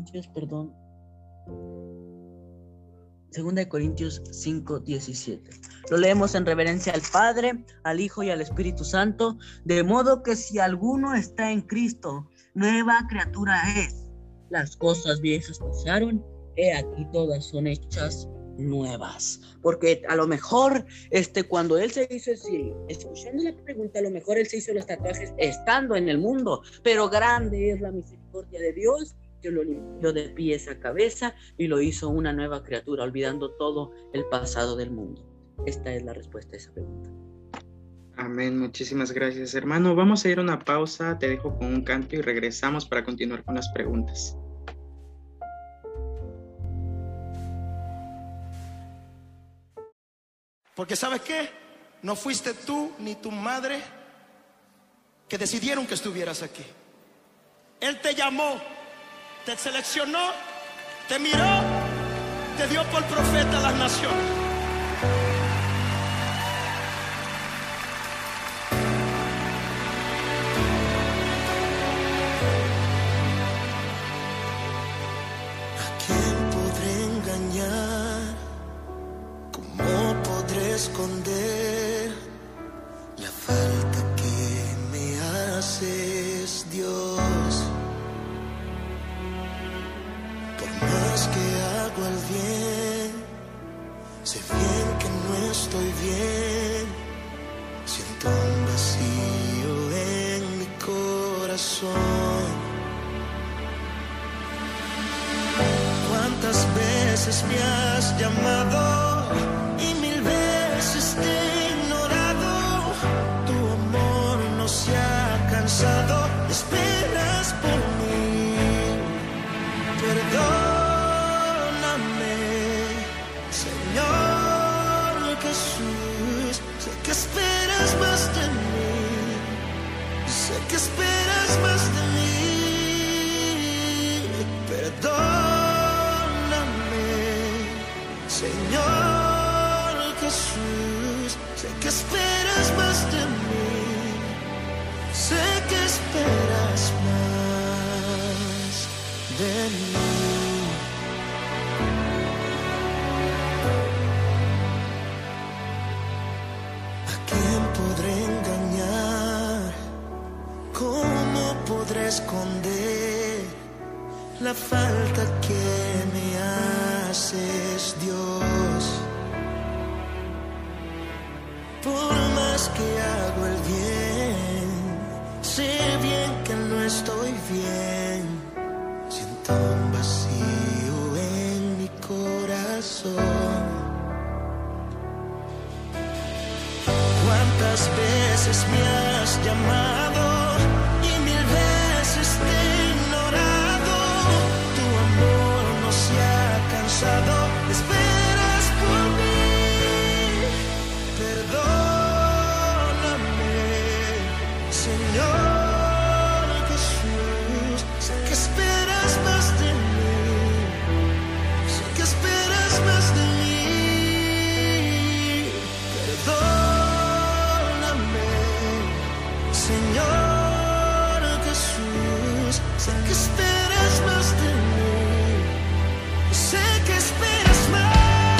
Speaker 4: de Corintios 5:17. Lo leemos en reverencia al Padre, al Hijo y al Espíritu Santo, de modo que si alguno está en Cristo, nueva criatura es. Las cosas viejas pasaron, he aquí todas son hechas nuevas. Porque a lo mejor cuando él se hizo así, escuchando la pregunta, a lo mejor él se hizo los tatuajes estando en el mundo, pero grande es la misericordia de Dios, que lo limpió de pies a cabeza y lo hizo una nueva criatura, olvidando todo el pasado del mundo. Esta es la respuesta a esa pregunta.
Speaker 2: Amén, muchísimas gracias, hermano. Vamos a ir a una pausa, te dejo con un canto y regresamos para continuar con las preguntas.
Speaker 5: Porque ¿sabes qué? No fuiste tú ni tu madre que decidieron que estuvieras aquí. Él te llamó, te seleccionó, te miró, te dio por profeta a las naciones. ¿A quién podré engañar? ¿Cómo podré esconder la falta que me haces, Dios? Por más que hago el bien, sé bien que no estoy bien. Siento un vacío en mi corazón. ¿Cuántas veces me has llamado y 1000 veces esperas más de mí. Sé que esperas más de mí. Perdóname, Señor Jesús. Sé que esperas más de mí. Sé que esperas más de mí. ¿A quién podré engañar? ¿Cómo podré esconder la falta que me haces, Dios? Por más que hago el bien, sé bien que no estoy bien. Siento un vacío en mi corazón. ¿Cuántas veces me has llamado y 1000 veces te he ignorado? Tu amor no se ha cansado. Esperas por mí. Perdóname, Señor Jesús. Sé que esperas más de mí. Sé que esperas más de mí. Perdóname, Señor Jesús. Sé que esperas más de mí. Sé que esperas más.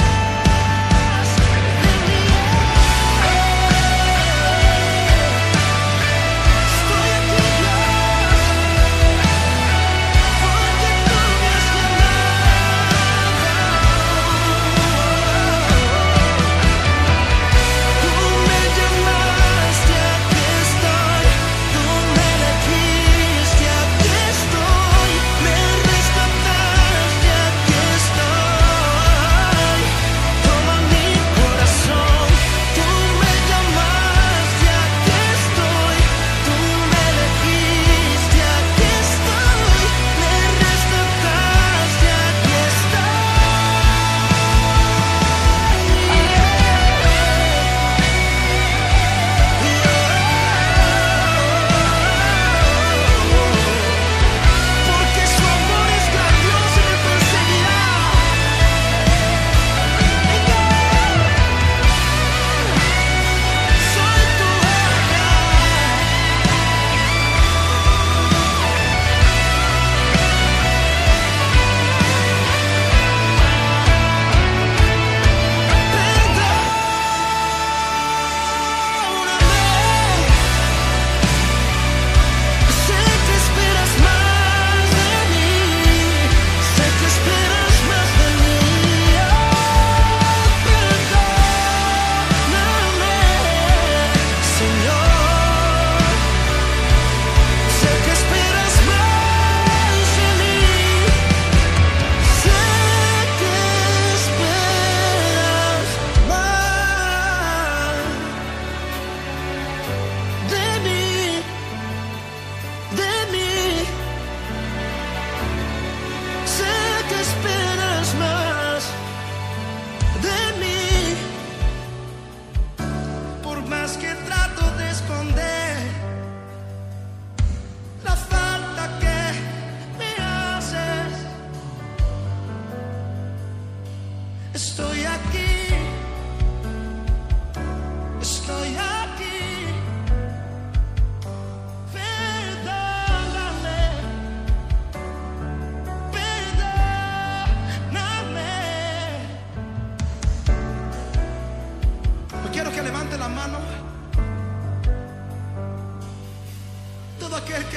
Speaker 5: aquel que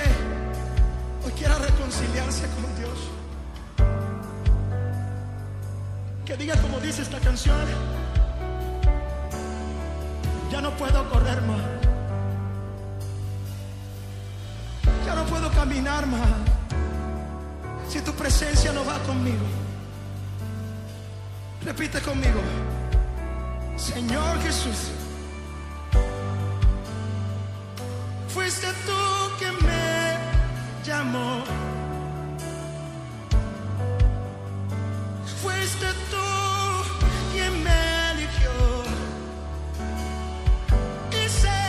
Speaker 5: hoy quiera reconciliarse con Dios, que diga como dice esta canción: ya no puedo correr más, ya no puedo caminar más, si tu presencia no va conmigo. Repite conmigo: Señor Jesús, fuiste tú quien me llamó, fuiste tú quien me eligió, y sé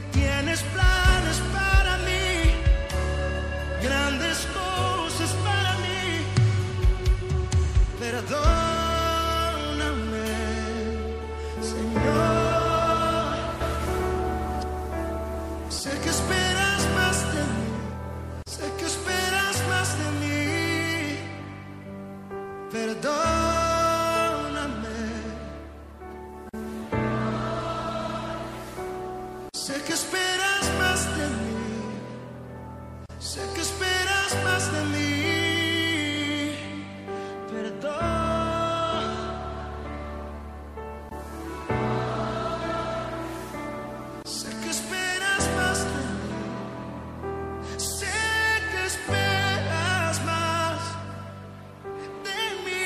Speaker 5: tienes planes para mí, grandes cosas para mí. Perdóname, Señor. Sé que esperas más de mí, sé que esperas más de mí. Perdóname. Sé que esperas más de mí, sé que esperas más de mí. Perdón. Sé que esperas más de mí, sé que esperas más de mí.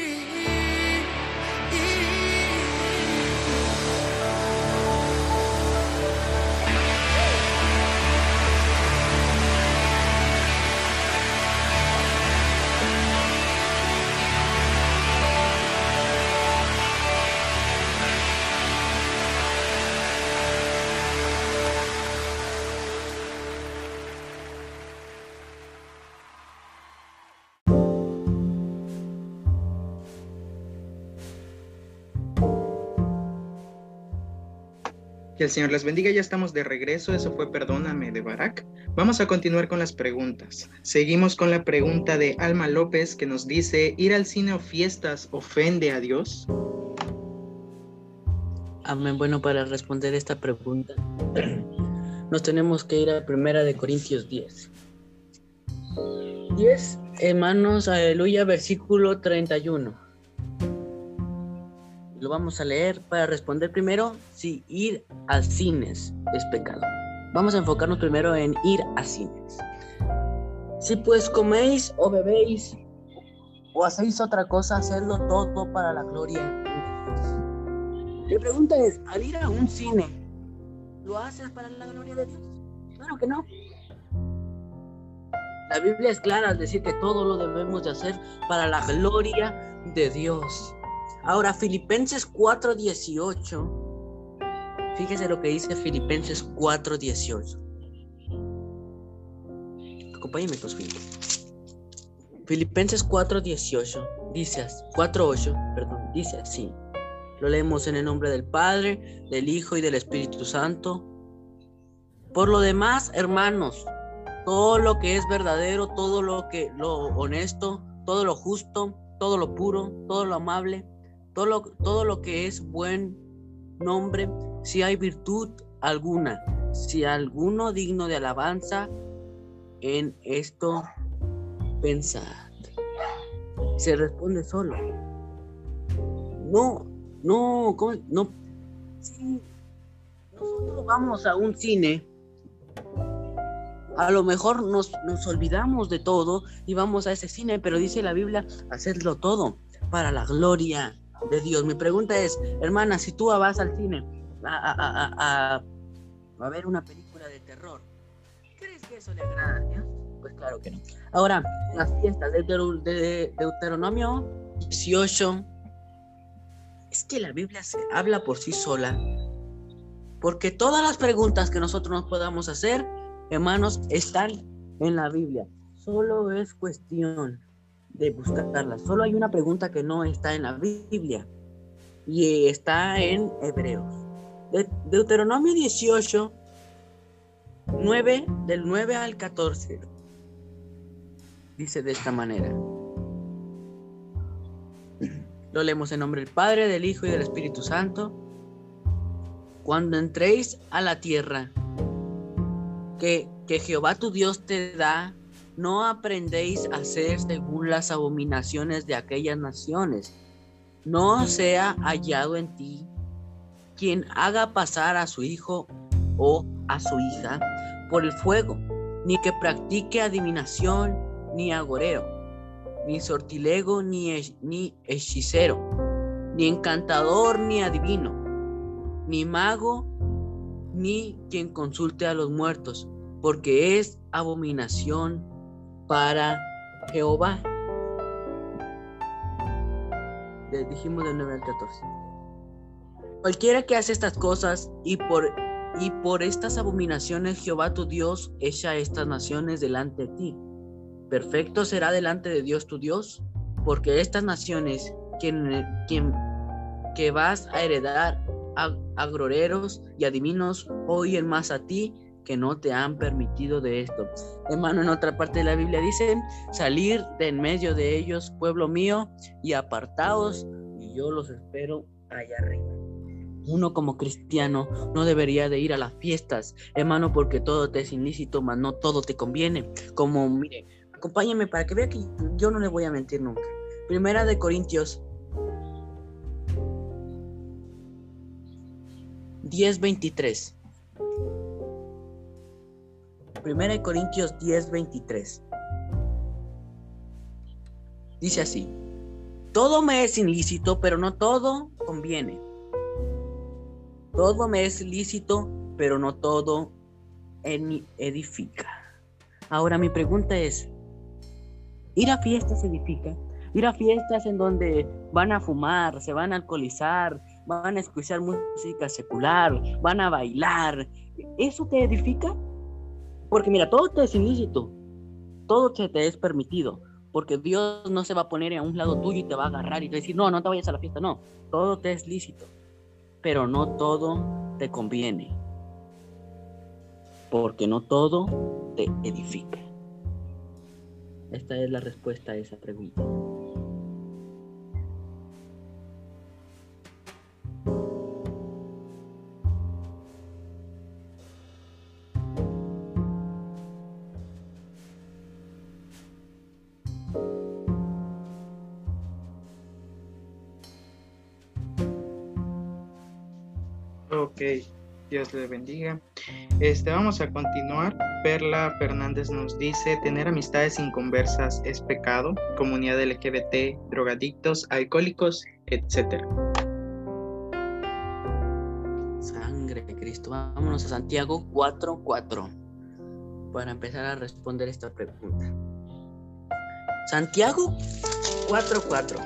Speaker 2: Que el Señor les bendiga, ya estamos de regreso, eso fue Perdóname de Barak. Vamos a continuar con las preguntas. Seguimos con la pregunta de Alma López que nos dice, ¿ir al cine o fiestas ofende a Dios?
Speaker 4: Amén. Bueno, para responder esta pregunta, nos tenemos que ir a 1 Corintios 10. 10, hermanos, aleluya, versículo 31. Lo vamos a leer para responder primero si ir al cines es pecado. Vamos a enfocarnos primero en ir a cines. Si pues coméis o bebéis o hacéis otra cosa, hacedlo todo para la gloria de Dios. Mi pregunta es, al ir a un cine, ¿lo haces para la gloria de Dios? Claro que no. La Biblia es clara al decir que todo lo debemos de hacer para la gloria de Dios. Ahora, Filipenses 4:18. Fíjese lo que dice Filipenses 4:18. Acompáñenme, pues, Filipenses 4:18 dice 4:8, perdón, dice así. Lo leemos en el nombre del Padre, del Hijo y del Espíritu Santo. Por lo demás, hermanos, todo lo que es verdadero, todo lo honesto, todo lo justo, todo lo puro, todo lo amable, todo lo que es buen nombre, si hay virtud alguna, si alguno digno de alabanza, en esto pensad. Se responde solo. No. Si nosotros vamos a un cine, a lo mejor nos olvidamos de todo y vamos a ese cine, pero dice la Biblia, hacerlo todo para la gloria de Dios. Mi pregunta es, hermana, si tú vas al cine a ver una película de terror, ¿crees que eso le agrada a Dios? Pues claro que no. Ahora, las fiestas de Deuteronomio 18, es que la Biblia se habla por sí sola, porque todas las preguntas que nosotros nos podamos hacer, hermanos, están en la Biblia. Solo es cuestión de buscarlas. Solo hay una pregunta que no está en la Biblia y está en Hebreos. Deuteronomio 18, 9, del 9 al 14. Dice de esta manera. Lo leemos en nombre del Padre, del Hijo y del Espíritu Santo. Cuando entréis a la tierra que Jehová tu Dios te da, no aprendéis a hacer según las abominaciones de aquellas naciones. No sea hallado en ti quien haga pasar a su hijo o a su hija por el fuego, ni que practique adivinación, ni agorero, ni sortilego, ni hechicero, ni encantador, ni adivino, ni mago, ni quien consulte a los muertos, porque es abominación para Jehová. Dijimos del 9 al 14. Cualquiera que hace estas cosas y por y por estas abominaciones Jehová tu Dios echa estas naciones delante de ti. Perfecto será delante de Dios tu Dios, porque estas naciones que vas a heredar, agoreros y adivinos, oyen más a ti que no te han permitido de esto. Hermano, en otra parte de la Biblia dice: salir de en medio de ellos, pueblo mío, y apartaos, y yo los espero allá arriba. Uno como cristiano no debería de ir a las fiestas, hermano, porque todo te es ilícito, mas no todo te conviene. Como, mire, acompáñame para que vea que yo no le voy a mentir nunca. Primera de Corintios 10:23. Primera de Corintios 10:23. Dice así: todo me es ilícito, pero no todo conviene. Todo me es lícito, pero no todo edifica. Ahora mi pregunta es: ¿ir a fiestas edifica? Ir a fiestas en donde van a fumar, se van a alcoholizar, van a escuchar música secular, van a bailar, ¿eso te edifica? Porque mira, todo te es ilícito, todo te es permitido, porque Dios no se va a poner a un lado tuyo y te va a agarrar y te va a decir: no te vayas a la fiesta. No, todo te es lícito, pero no todo te conviene, porque no todo te edifica. Esta es la respuesta a esa pregunta.
Speaker 2: Ok, Dios le bendiga. Vamos a continuar. Perla Fernández nos dice: tener amistades inconversas es pecado, comunidad LGBT, drogadictos, alcohólicos, etc.
Speaker 4: Sangre de Cristo. Vámonos a Santiago 4:4 para empezar a responder esta pregunta. Santiago 4:4.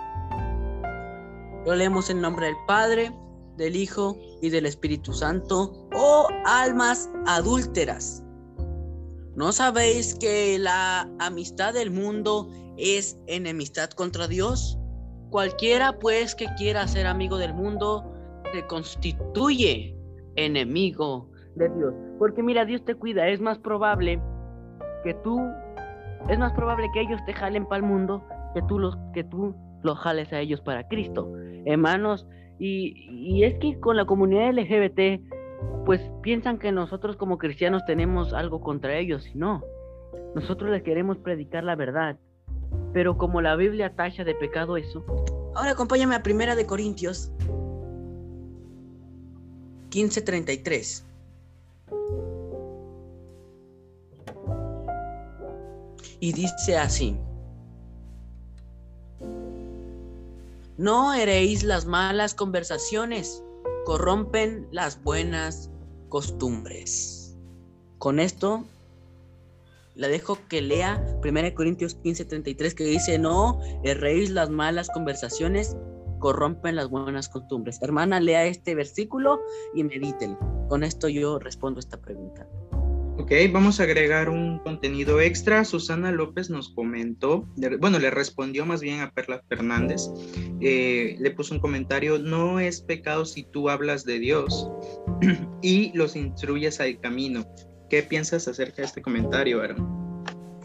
Speaker 4: Lo leemos en nombre del Padre, del Hijo y del Espíritu Santo. Oh almas adúlteras, ¿no sabéis que la amistad del mundo es enemistad contra Dios? Cualquiera pues que quiera ser amigo del mundo se constituye enemigo de Dios. Porque mira, Dios te cuida. Es más probable que ellos te jalen para el mundo que tú los jales a ellos para Cristo, hermanos. Y es que con la comunidad LGBT, pues piensan que nosotros como cristianos tenemos algo contra ellos, y no. Nosotros les queremos predicar la verdad, pero como la Biblia tacha de pecado eso. Ahora acompáñame a Primera de Corintios 15:33. Y dice así: no heréis las malas conversaciones, corrompen las buenas costumbres. Con esto la dejo que lea 1 Corintios 15:33, que dice: no heréis las malas conversaciones, corrompen las buenas costumbres. Hermana, lea este versículo y medítelo. Con esto yo respondo esta pregunta.
Speaker 2: Ok, vamos a agregar un contenido extra. Susana López nos comentó, le respondió más bien a Perla Fernández. Le puso un comentario: no es pecado si tú hablas de Dios y los instruyes al camino. ¿Qué piensas acerca de este comentario, Aaron?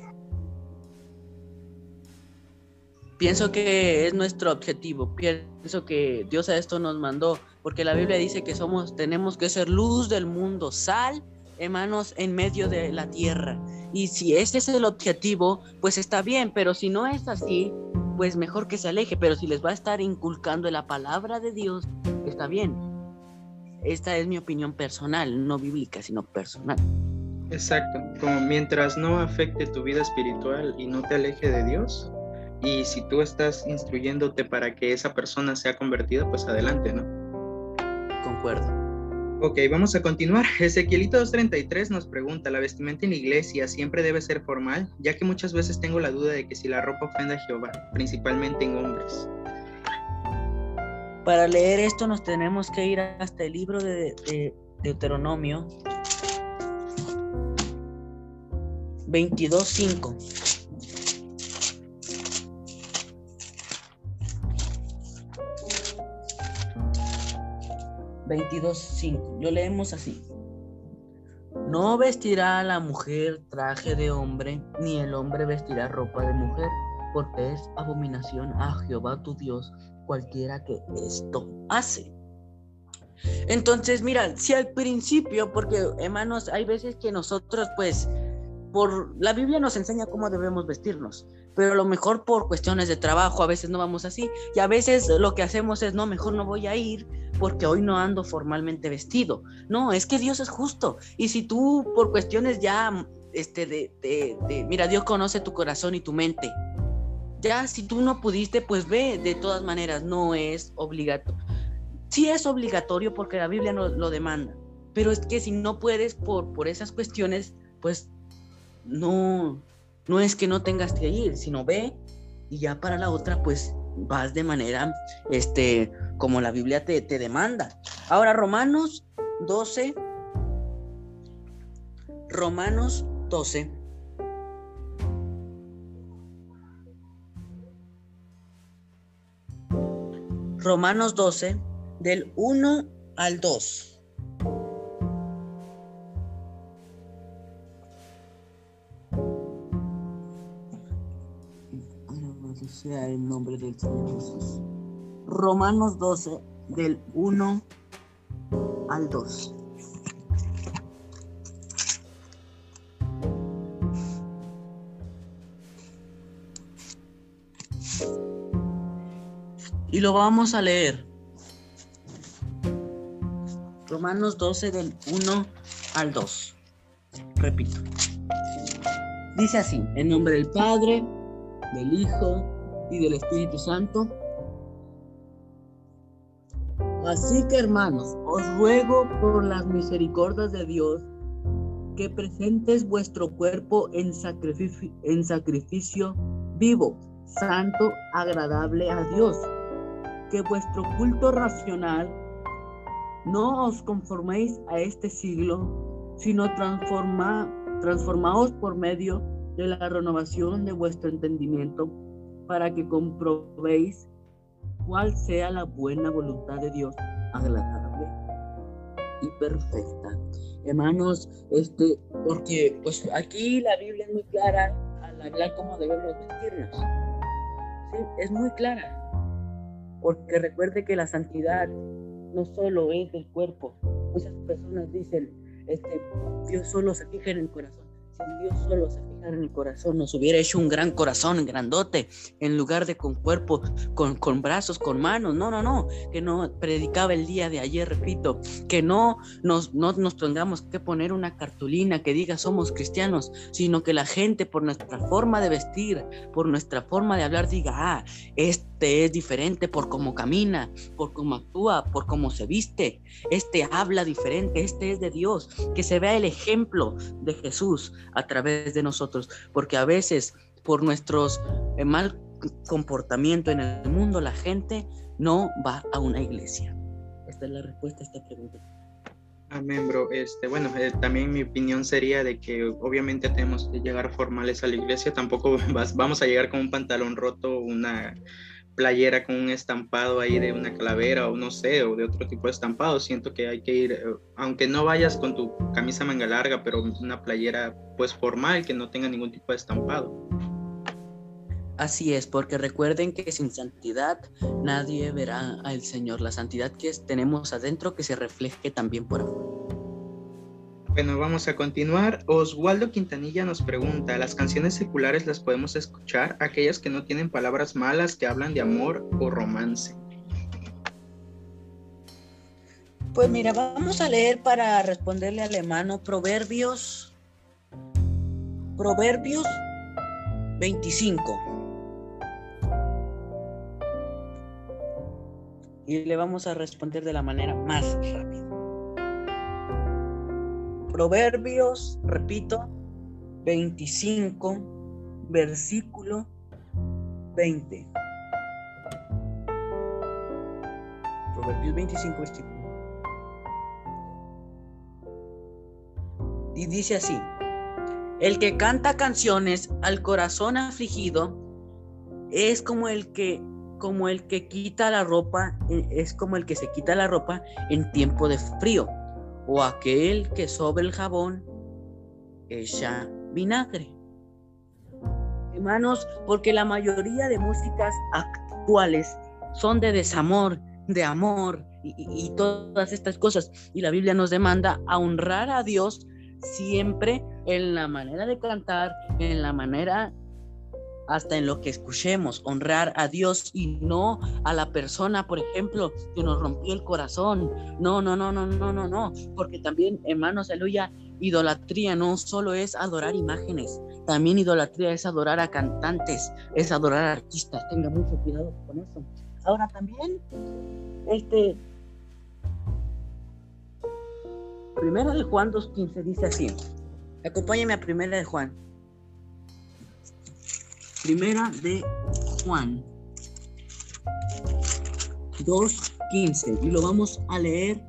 Speaker 4: Pienso que es nuestro objetivo. Pienso que Dios a esto nos mandó, porque la Biblia dice que tenemos que ser luz del mundo, sal, hermanos, en medio de la tierra. Y si ese es el objetivo, pues está bien, pero si no es así, pues mejor que se aleje. Pero si les va a estar inculcando la palabra de Dios, está bien. Esta es mi opinión personal, no bíblica, sino personal.
Speaker 2: Exacto, como mientras no afecte tu vida espiritual y no te aleje de Dios, y si tú estás instruyéndote para que esa persona sea convertida, pues adelante, ¿no?
Speaker 4: Concuerdo.
Speaker 2: Ok, vamos a continuar. Ezequielito 2:33 nos pregunta: ¿la vestimenta en la iglesia siempre debe ser formal? Ya que muchas veces tengo la duda de que si la ropa ofende a Jehová, principalmente en hombres.
Speaker 4: Para leer esto nos tenemos que ir hasta el libro de Deuteronomio 22:5. Lo leemos así: no vestirá la mujer traje de hombre, ni el hombre vestirá ropa de mujer, porque es abominación a Jehová tu Dios cualquiera que esto hace. Entonces, mira, si al principio, porque hermanos, hay veces que nosotros, pues, por la Biblia nos enseña cómo debemos vestirnos, pero a lo mejor por cuestiones de trabajo a veces no vamos así, y a veces lo que hacemos es, no, mejor no voy a ir porque hoy no ando formalmente vestido. No, es que Dios es justo, y si tú por cuestiones ya, mira, Dios conoce tu corazón y tu mente. Ya, si tú no pudiste, pues ve, de todas maneras, no es obligatorio. Sí es obligatorio porque la Biblia no lo demanda, pero es que si no puedes por esas cuestiones, pues no es que no tengas que ir, sino ve, y ya para la otra, pues vas de manera, como la Biblia te demanda. Ahora, Romanos 12. Romanos 12, del 1 al 2. Alabado sea el nombre del Señor Jesús. Romanos 12, del 1 al 2. Y lo vamos a leer. Romanos 12 del 1 al 2. Repito. Dice así: en nombre del Padre, del Hijo y del Espíritu Santo. Así que, hermanos, os ruego por las misericordias de Dios que presentes vuestro cuerpo en sacrificio vivo, santo, agradable a Dios, que vuestro culto racional. No os conforméis a este siglo, sino transformaos por medio de la renovación de vuestro entendimiento, para que comprobéis cuál sea la buena voluntad de Dios, agradable y perfecta. Hermanos, porque pues aquí la Biblia es muy clara al hablar cómo debemos vestirnos. Sí, es muy clara. Porque recuerde que la santidad no solo es del cuerpo. Muchas personas dicen, Dios solo se fija en el corazón. Si Dios solo se fijara en el corazón, nos hubiera hecho un gran corazón, grandote, en lugar de con cuerpo, con brazos, con manos. No, que no predicaba el día de ayer, repito, que no nos tengamos que poner una cartulina que diga somos cristianos, sino que la gente, por nuestra forma de vestir, por nuestra forma de hablar, diga, es diferente por cómo camina, por cómo actúa, por cómo se viste, habla diferente, es de Dios, que se vea el ejemplo de Jesús a través de nosotros, porque a veces por nuestros mal comportamiento en el mundo la gente no va a una iglesia. Esta es la respuesta a esta pregunta.
Speaker 2: Amén, bro. También mi opinión sería de que obviamente tenemos que llegar formales a la iglesia. Tampoco vamos a llegar con un pantalón roto, una playera con un estampado ahí de una calavera o no sé, o de otro tipo de estampado. Siento que hay que ir, aunque no vayas con tu camisa manga larga, pero una playera pues formal que no tenga ningún tipo de estampado.
Speaker 4: Así es, porque recuerden que sin santidad nadie verá al Señor. La santidad que tenemos adentro, que se refleje también por afuera.
Speaker 2: Bueno, vamos a continuar. Oswaldo Quintanilla nos pregunta, ¿las canciones seculares las podemos escuchar? Aquellas que no tienen palabras malas, que hablan de amor o romance.
Speaker 4: Pues mira, vamos a leer para responderle al hermano Proverbios 25. Y le vamos a responder de la manera más rápida. Proverbios, repito, 25, versículo 20. Proverbios 25, versículo. Y dice así: el que canta canciones al corazón afligido es como el que quita la ropa, es como el que se quita la ropa en tiempo de frío, o aquel que sobre el jabón echa vinagre. Hermanos, porque la mayoría de músicas actuales son de desamor, de amor y todas estas cosas. Y la Biblia nos demanda a honrar a Dios siempre en la manera de cantar, en la manera, hasta en lo que escuchemos, honrar a Dios y no a la persona, por ejemplo, que nos rompió el corazón. No, porque también, hermanos, aleluya, idolatría no solo es adorar imágenes, también idolatría es adorar a cantantes, es adorar a artistas. Tenga mucho cuidado con eso. Ahora también, Primera de Juan 2:15 dice así. Acompáñame a Primera de Juan. Primera de Juan 2:15, y lo vamos a leer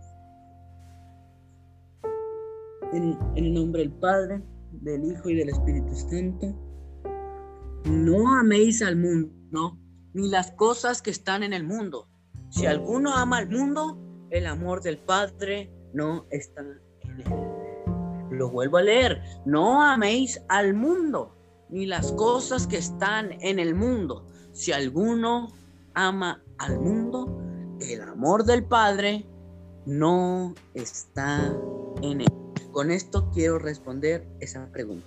Speaker 4: en el nombre del Padre, del Hijo y del Espíritu Santo. No améis al mundo, ni las cosas que están en el mundo. Si alguno ama al mundo, el amor del Padre no está en él. Lo vuelvo a leer: no améis al mundo, ni las cosas que están en el mundo. Si alguno ama al mundo, el amor del Padre no está en él. Con esto quiero responder esa pregunta.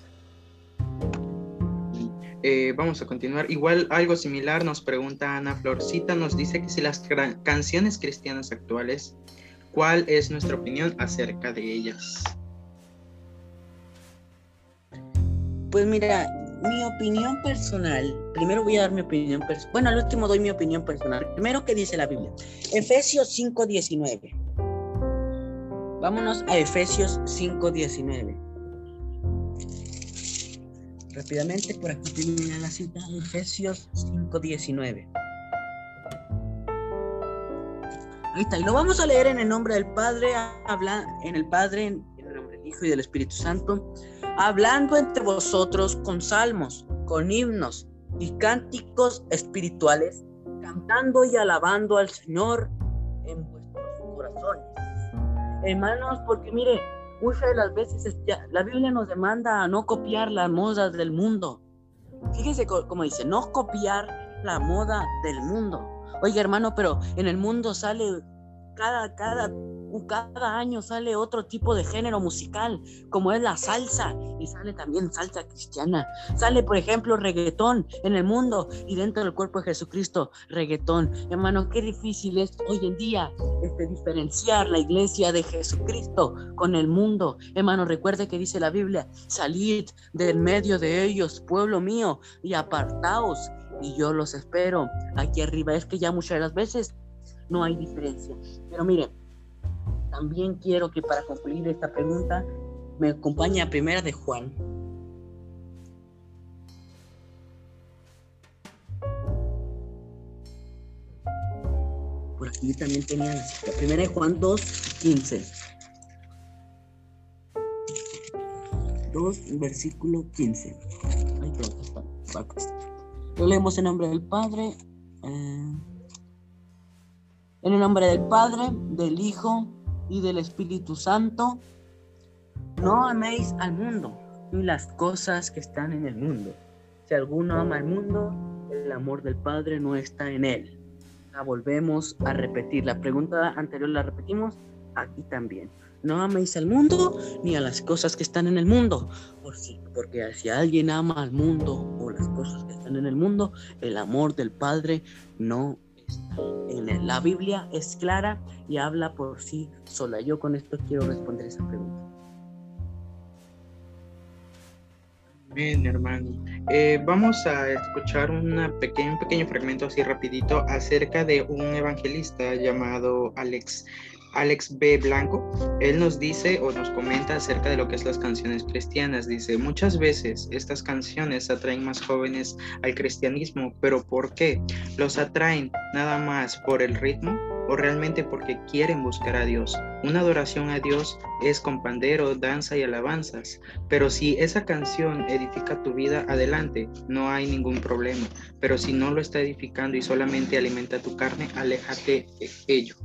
Speaker 2: Vamos a continuar. Igual algo similar nos pregunta Ana Florcita, nos dice que si las canciones cristianas actuales, ¿cuál es nuestra opinión acerca de ellas?
Speaker 4: Pues mira, mi opinión personal, primero voy a dar mi opinión personal. Bueno, al último doy mi opinión personal. Primero, ¿qué dice la Biblia? Efesios 5:19. Vámonos a Efesios 5:19. Rápidamente, por aquí termina la cita. Efesios 5:19. Ahí está, y lo vamos a leer en el nombre del Padre, en el nombre del Hijo y del Espíritu Santo, hablando entre vosotros con salmos, con himnos y cánticos espirituales, cantando y alabando al Señor en vuestros corazones. Hermanos, porque mire, muchas de las veces la Biblia nos demanda a no copiar las modas del mundo. Fíjese como dice, no copiar la moda del mundo. Oiga, hermano, pero en el mundo sale cada año sale otro tipo de género musical, como es la salsa, y sale también salsa cristiana. Sale, por ejemplo, reggaetón en el mundo, y dentro del cuerpo de Jesucristo, reggaetón. Hermano, qué difícil es hoy en día diferenciar la iglesia de Jesucristo con el mundo. Hermano, recuerde que dice la Biblia: salid del medio de ellos, pueblo mío, y apartaos, y yo los espero aquí arriba. Es que ya muchas de las veces no hay diferencia. Pero miren, también quiero que para concluir esta pregunta me acompañe a Primera de Juan. Por aquí también tenía la cita. Primera de Juan 2:15. 2, versículo 15. Ahí está. Lo leemos en nombre del Padre. En el nombre del Padre, del Hijo y del Espíritu Santo. No améis al mundo, ni las cosas que están en el mundo. Si alguno ama al mundo, el amor del Padre no está en él. La volvemos a repetir. La pregunta anterior la repetimos aquí también. No améis al mundo, ni a las cosas que están en el mundo. Porque si alguien ama al mundo o las cosas que están en el mundo, el amor del Padre no está en él. La Biblia es clara y habla por sí sola. Yo con esto quiero responder esa pregunta.
Speaker 2: Bien, hermano. Vamos a escuchar un pequeño fragmento así rapidito acerca de un evangelista llamado Alex B. Blanco. Él nos dice o nos comenta acerca de lo que es las canciones cristianas. Dice: muchas veces estas canciones atraen más jóvenes al cristianismo, pero ¿por qué? ¿Los atraen nada más por el ritmo o realmente porque quieren buscar a Dios? una adoración a Dios es con pandero, danza y alabanzas, pero si esa canción edifica tu vida, adelante, no hay ningún problema, pero si no lo está edificando y solamente alimenta tu carne, aléjate de ello.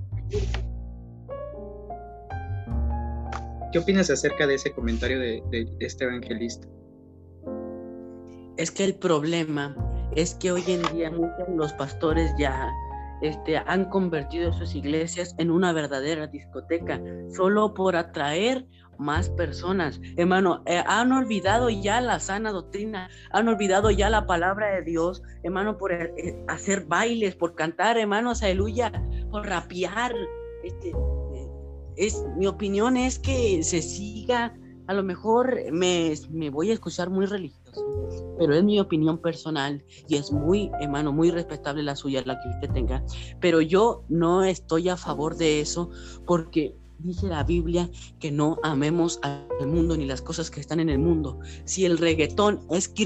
Speaker 2: ¿Qué opinas acerca de ese comentario de este evangelista?
Speaker 4: Es que el problema es que hoy en día muchos de los pastores ya han convertido sus iglesias en una verdadera discoteca, solo por atraer más personas. Hermano, han olvidado ya la sana doctrina, han olvidado ya la palabra de Dios, hermano, por hacer bailes, por cantar, hermanos, aleluya, por rapear. Mi opinión es que se siga, a lo mejor me voy a escuchar muy religioso, pero es mi opinión personal y es muy, hermano, muy respetable la suya, la que usted tenga, pero yo no estoy a favor de eso, porque dice la Biblia que no amemos al mundo ni las cosas que están en el mundo. Si el reggaetón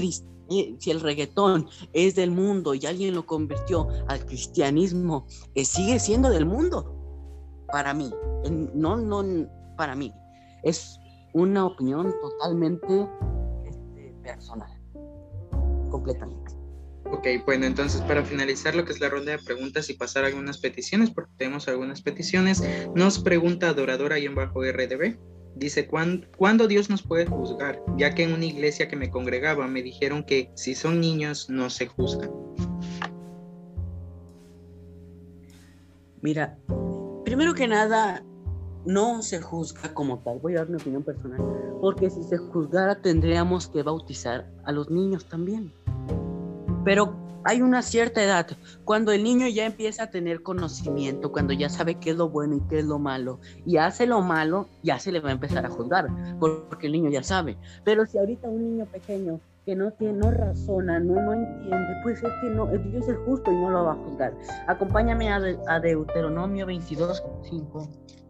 Speaker 4: es del mundo y alguien lo convirtió al cristianismo, sigue siendo del mundo. Para mí, para mí, es una opinión totalmente personal, completamente.
Speaker 2: Ok, bueno, entonces para finalizar lo que es la ronda de preguntas y pasar a algunas peticiones, porque tenemos algunas peticiones, nos pregunta Adoradora-RDB, dice, ¿cuándo Dios nos puede juzgar? Ya que en una iglesia que me congregaba me dijeron que si son niños no se juzgan.
Speaker 4: Mira, primero que nada, no se juzga como tal. Voy a dar mi opinión personal, porque si se juzgara tendríamos que bautizar a los niños también. Pero hay una cierta edad, cuando el niño ya empieza a tener conocimiento, cuando ya sabe qué es lo bueno y qué es lo malo, y hace lo malo, ya se le va a empezar a juzgar, porque el niño ya sabe. Pero si ahorita un niño pequeño que no razona, no entiende, pues es que no, Dios es justo y no lo va a juzgar. Acompáñame a Deuteronomio 22:5.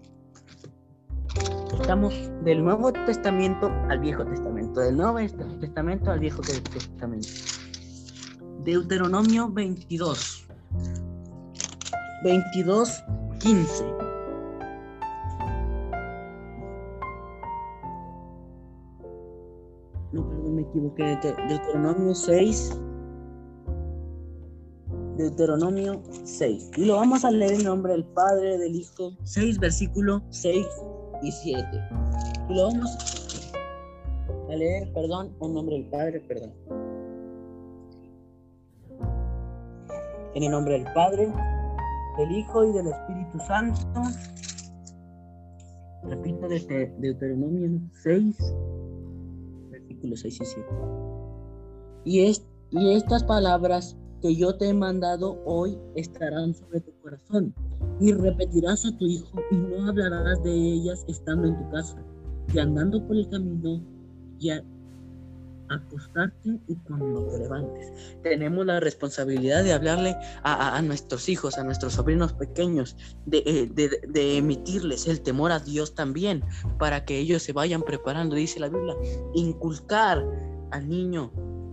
Speaker 4: Estamos del Nuevo Testamento al Viejo Testamento, del Nuevo Testamento al Viejo Testamento. Deuteronomio 22:15. No, perdón, me equivoqué. Deuteronomio 6. Y lo vamos a leer en nombre del Padre, del Hijo. 6, versículo 6 y 7. Y lo vamos a leer, en nombre del Padre, En el nombre del Padre, del Hijo y del Espíritu Santo. Repito, Deuteronomio 6, versículos 6 y 7. Y estas palabras que yo te he mandado hoy estarán sobre tu corazón, y repetirás a tu hijo, y no hablarás de ellas estando en tu casa, y andando por el camino, y acostarte y cuando te levantes. Tenemos la responsabilidad de hablarle a nuestros hijos, a nuestros sobrinos pequeños, de emitirles el temor a Dios también, para que ellos se vayan preparando. Dice la Biblia, inculcar al niño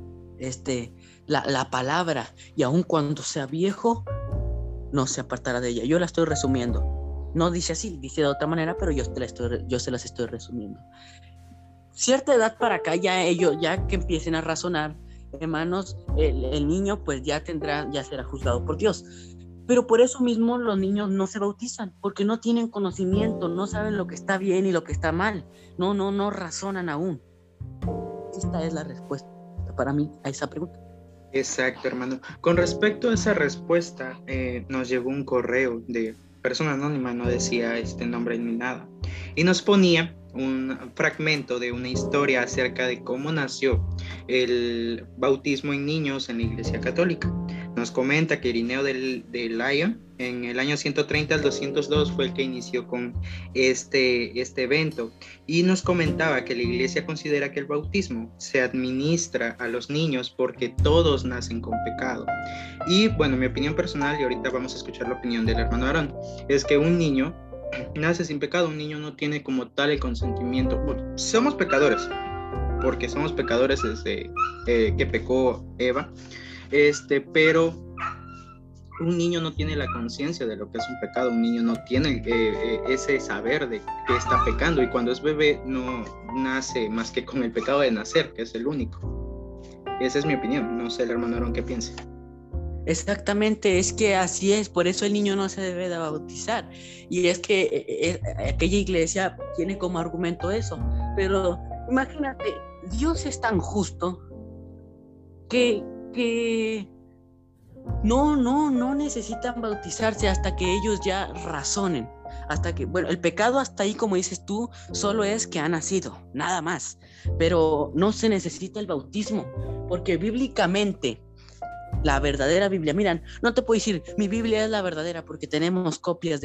Speaker 4: la palabra, y aun cuando sea viejo no se apartará de ella. Yo la estoy resumiendo, no dice así, dice de otra manera, pero yo se las estoy resumiendo. Cierta edad para acá, ya que empiecen a razonar, hermanos, el niño pues ya será juzgado por Dios. Pero por eso mismo los niños no se bautizan, porque no tienen conocimiento, no saben lo que está bien y lo que está mal, no razonan aún. Esta es la respuesta para mí a esa pregunta.
Speaker 2: Exacto, hermano. Con respecto a esa respuesta, nos llegó un correo de persona anónima, no decía nombre ni nada, y nos ponía un fragmento de una historia acerca de cómo nació el bautismo en niños en la Iglesia Católica. Nos comenta que Irineo de Lyon en el año 130 al 202 fue el que inició con este evento, y nos comentaba que la Iglesia considera que el bautismo se administra a los niños porque todos nacen con pecado. Y bueno, mi opinión personal, y ahorita vamos a escuchar la opinión del hermano Aarón, es que un niño nace sin pecado. Un niño no tiene como tal el consentimiento. Somos pecadores, porque somos pecadores desde que pecó Eva, pero un niño no tiene la conciencia de lo que es un pecado, un niño no tiene ese saber de que está pecando, y cuando es bebé no nace más que con el pecado de nacer, que es el único. Esa es mi opinión, no sé el hermano Aaron qué piensa.
Speaker 4: Exactamente, es que así es, por eso el niño no se debe de bautizar. Y es que aquella iglesia tiene como argumento eso. Pero imagínate, Dios es tan justo que no necesitan bautizarse hasta que ellos ya razonen. Hasta que, bueno, el pecado hasta ahí, como dices tú, solo es que ha nacido, nada más. Pero no se necesita el bautismo, porque bíblicamente la verdadera Biblia, miran, no te puedo decir mi Biblia es la verdadera porque tenemos copias de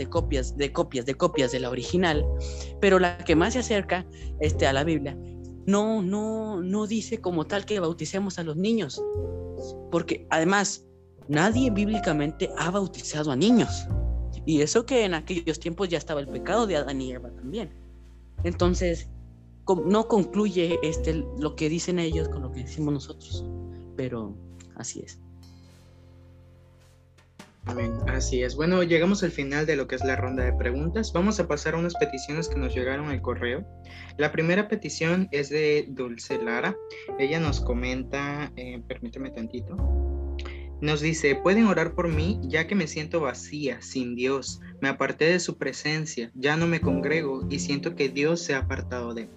Speaker 4: la original, pero la que más se acerca a la Biblia no dice como tal que bauticemos a los niños, porque además nadie bíblicamente ha bautizado a niños, y eso que en aquellos tiempos ya estaba el pecado de Adán y Eva también. Entonces no concluye lo que dicen ellos con lo que decimos nosotros, pero así es.
Speaker 2: Amén, así es. Bueno, llegamos al final de lo que es la ronda de preguntas. Vamos a pasar a unas peticiones que nos llegaron al correo. La primera petición es de Dulce Lara. Ella nos comenta, permíteme tantito. Nos dice: pueden orar por mí ya que me siento vacía, sin Dios. Me aparté de su presencia, ya no me congrego y siento que Dios se ha apartado de mí.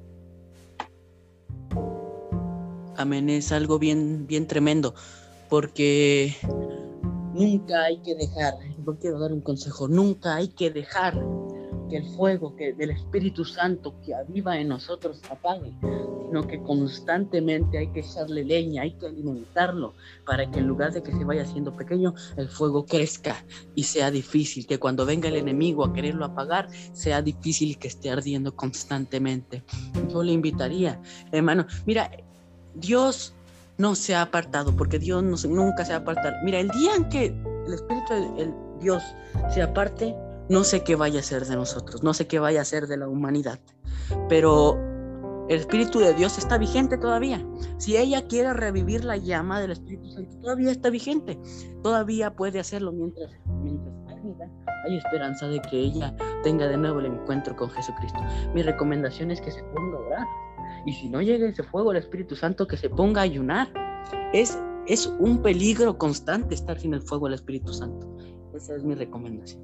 Speaker 4: Amén, es algo bien tremendo, porque nunca hay que dejar, yo quiero dar un consejo, nunca hay que dejar que el fuego del Espíritu Santo que aviva en nosotros apague, sino que constantemente hay que echarle leña, hay que alimentarlo, para que en lugar de que se vaya haciendo pequeño, el fuego crezca y sea difícil, que cuando venga el enemigo a quererlo apagar, sea difícil que esté ardiendo constantemente. Yo le invitaría, hermano, mira, Dios no se ha apartado, porque Dios nunca se va a apartar. Mira, el día en que el Espíritu de Dios se aparte, no sé qué vaya a ser de nosotros, no sé qué vaya a ser de la humanidad, pero el Espíritu de Dios está vigente todavía. Si ella quiere revivir la llama del Espíritu Santo, todavía está vigente, todavía puede hacerlo mientras hay vida, hay esperanza de que ella tenga de nuevo el encuentro con Jesucristo. Mi recomendación es que se ponga a orar. Y si no llega ese fuego del Espíritu Santo, que se ponga a ayunar. Es un peligro constante estar sin el fuego del Espíritu Santo. Esa es mi recomendación.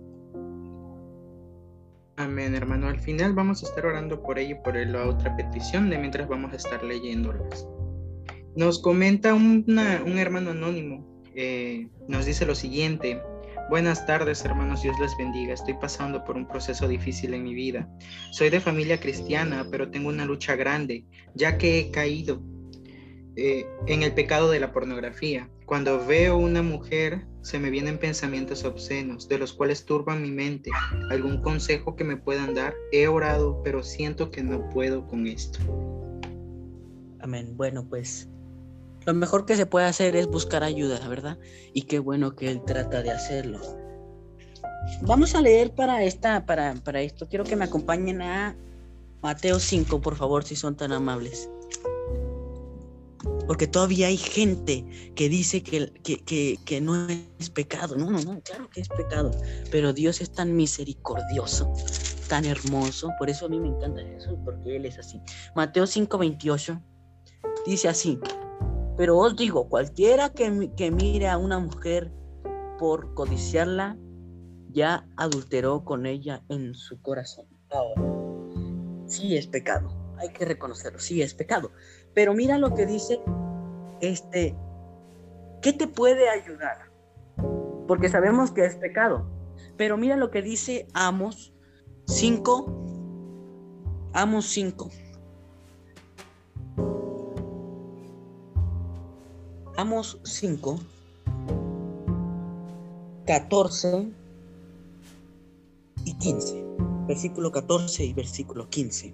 Speaker 2: Amén, hermano. Al final vamos a estar orando por ella y por la otra petición, de mientras vamos a estar leyéndolas. Nos comenta un hermano anónimo. Nos dice lo siguiente: buenas tardes, hermanos, Dios les bendiga. Estoy pasando por un proceso difícil en mi vida. Soy de familia cristiana, pero tengo una lucha grande, ya que he caído en el pecado de la pornografía. Cuando veo una mujer, se me vienen pensamientos obscenos, de los cuales turban mi mente. ¿Algún consejo que me puedan dar? He orado, pero siento que no puedo con esto.
Speaker 4: Amén. Bueno, pues lo mejor que se puede hacer es buscar ayuda, ¿verdad? Y qué bueno que él trata de hacerlo. Vamos a leer para esto. Quiero que me acompañen a Mateo 5, por favor, si son tan amables. Porque todavía hay gente que dice que no es pecado. No, claro que es pecado. Pero Dios es tan misericordioso, tan hermoso. Por eso a mí me encanta Jesús, porque Él es así. Mateo 5:28 dice así: pero os digo, cualquiera que mire a una mujer por codiciarla, ya adulteró con ella en su corazón. Ahora, sí es pecado, hay que reconocerlo, sí es pecado. Pero mira lo que dice, ¿qué te puede ayudar? Porque sabemos que es pecado. Pero mira lo que dice Amos 5. Amos 5. Amos 5, 14 y 15. Versículo 14 y versículo 15.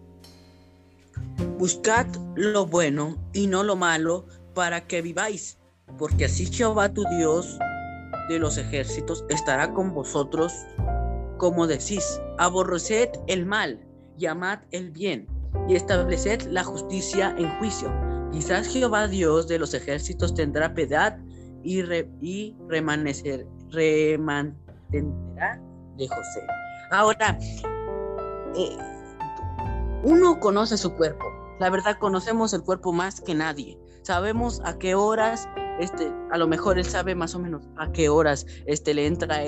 Speaker 4: Buscad lo bueno y no lo malo, para que viváis, porque así Jehová tu Dios de los ejércitos estará con vosotros, como decís. Aborreced el mal y amad el bien, y estableced la justicia en juicio. Quizás Jehová Dios de los ejércitos tendrá piedad remantendrá de José. Ahora, uno conoce su cuerpo. La verdad, conocemos el cuerpo más que nadie. Sabemos a qué horas, a lo mejor él sabe más o menos a qué horas le entra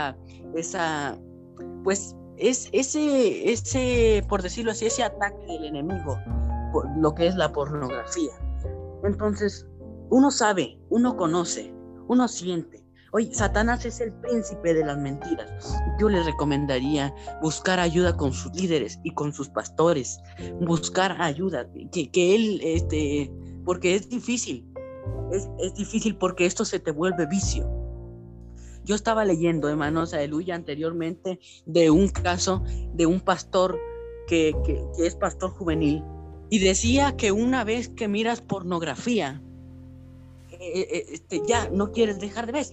Speaker 4: pues ese, por decirlo así, ese ataque del enemigo, por lo que es la pornografía. Entonces, uno sabe, uno conoce, uno siente. Oye, Satanás es el príncipe de las mentiras. Yo les recomendaría buscar ayuda con sus líderes y con sus pastores. Buscar ayuda, que él, porque es difícil. Es difícil porque esto se te vuelve vicio. Yo estaba leyendo, hermanos, aleluya, anteriormente de un caso de un pastor que es pastor juvenil, y decía que una vez que miras pornografía, ya no quieres dejar de ver,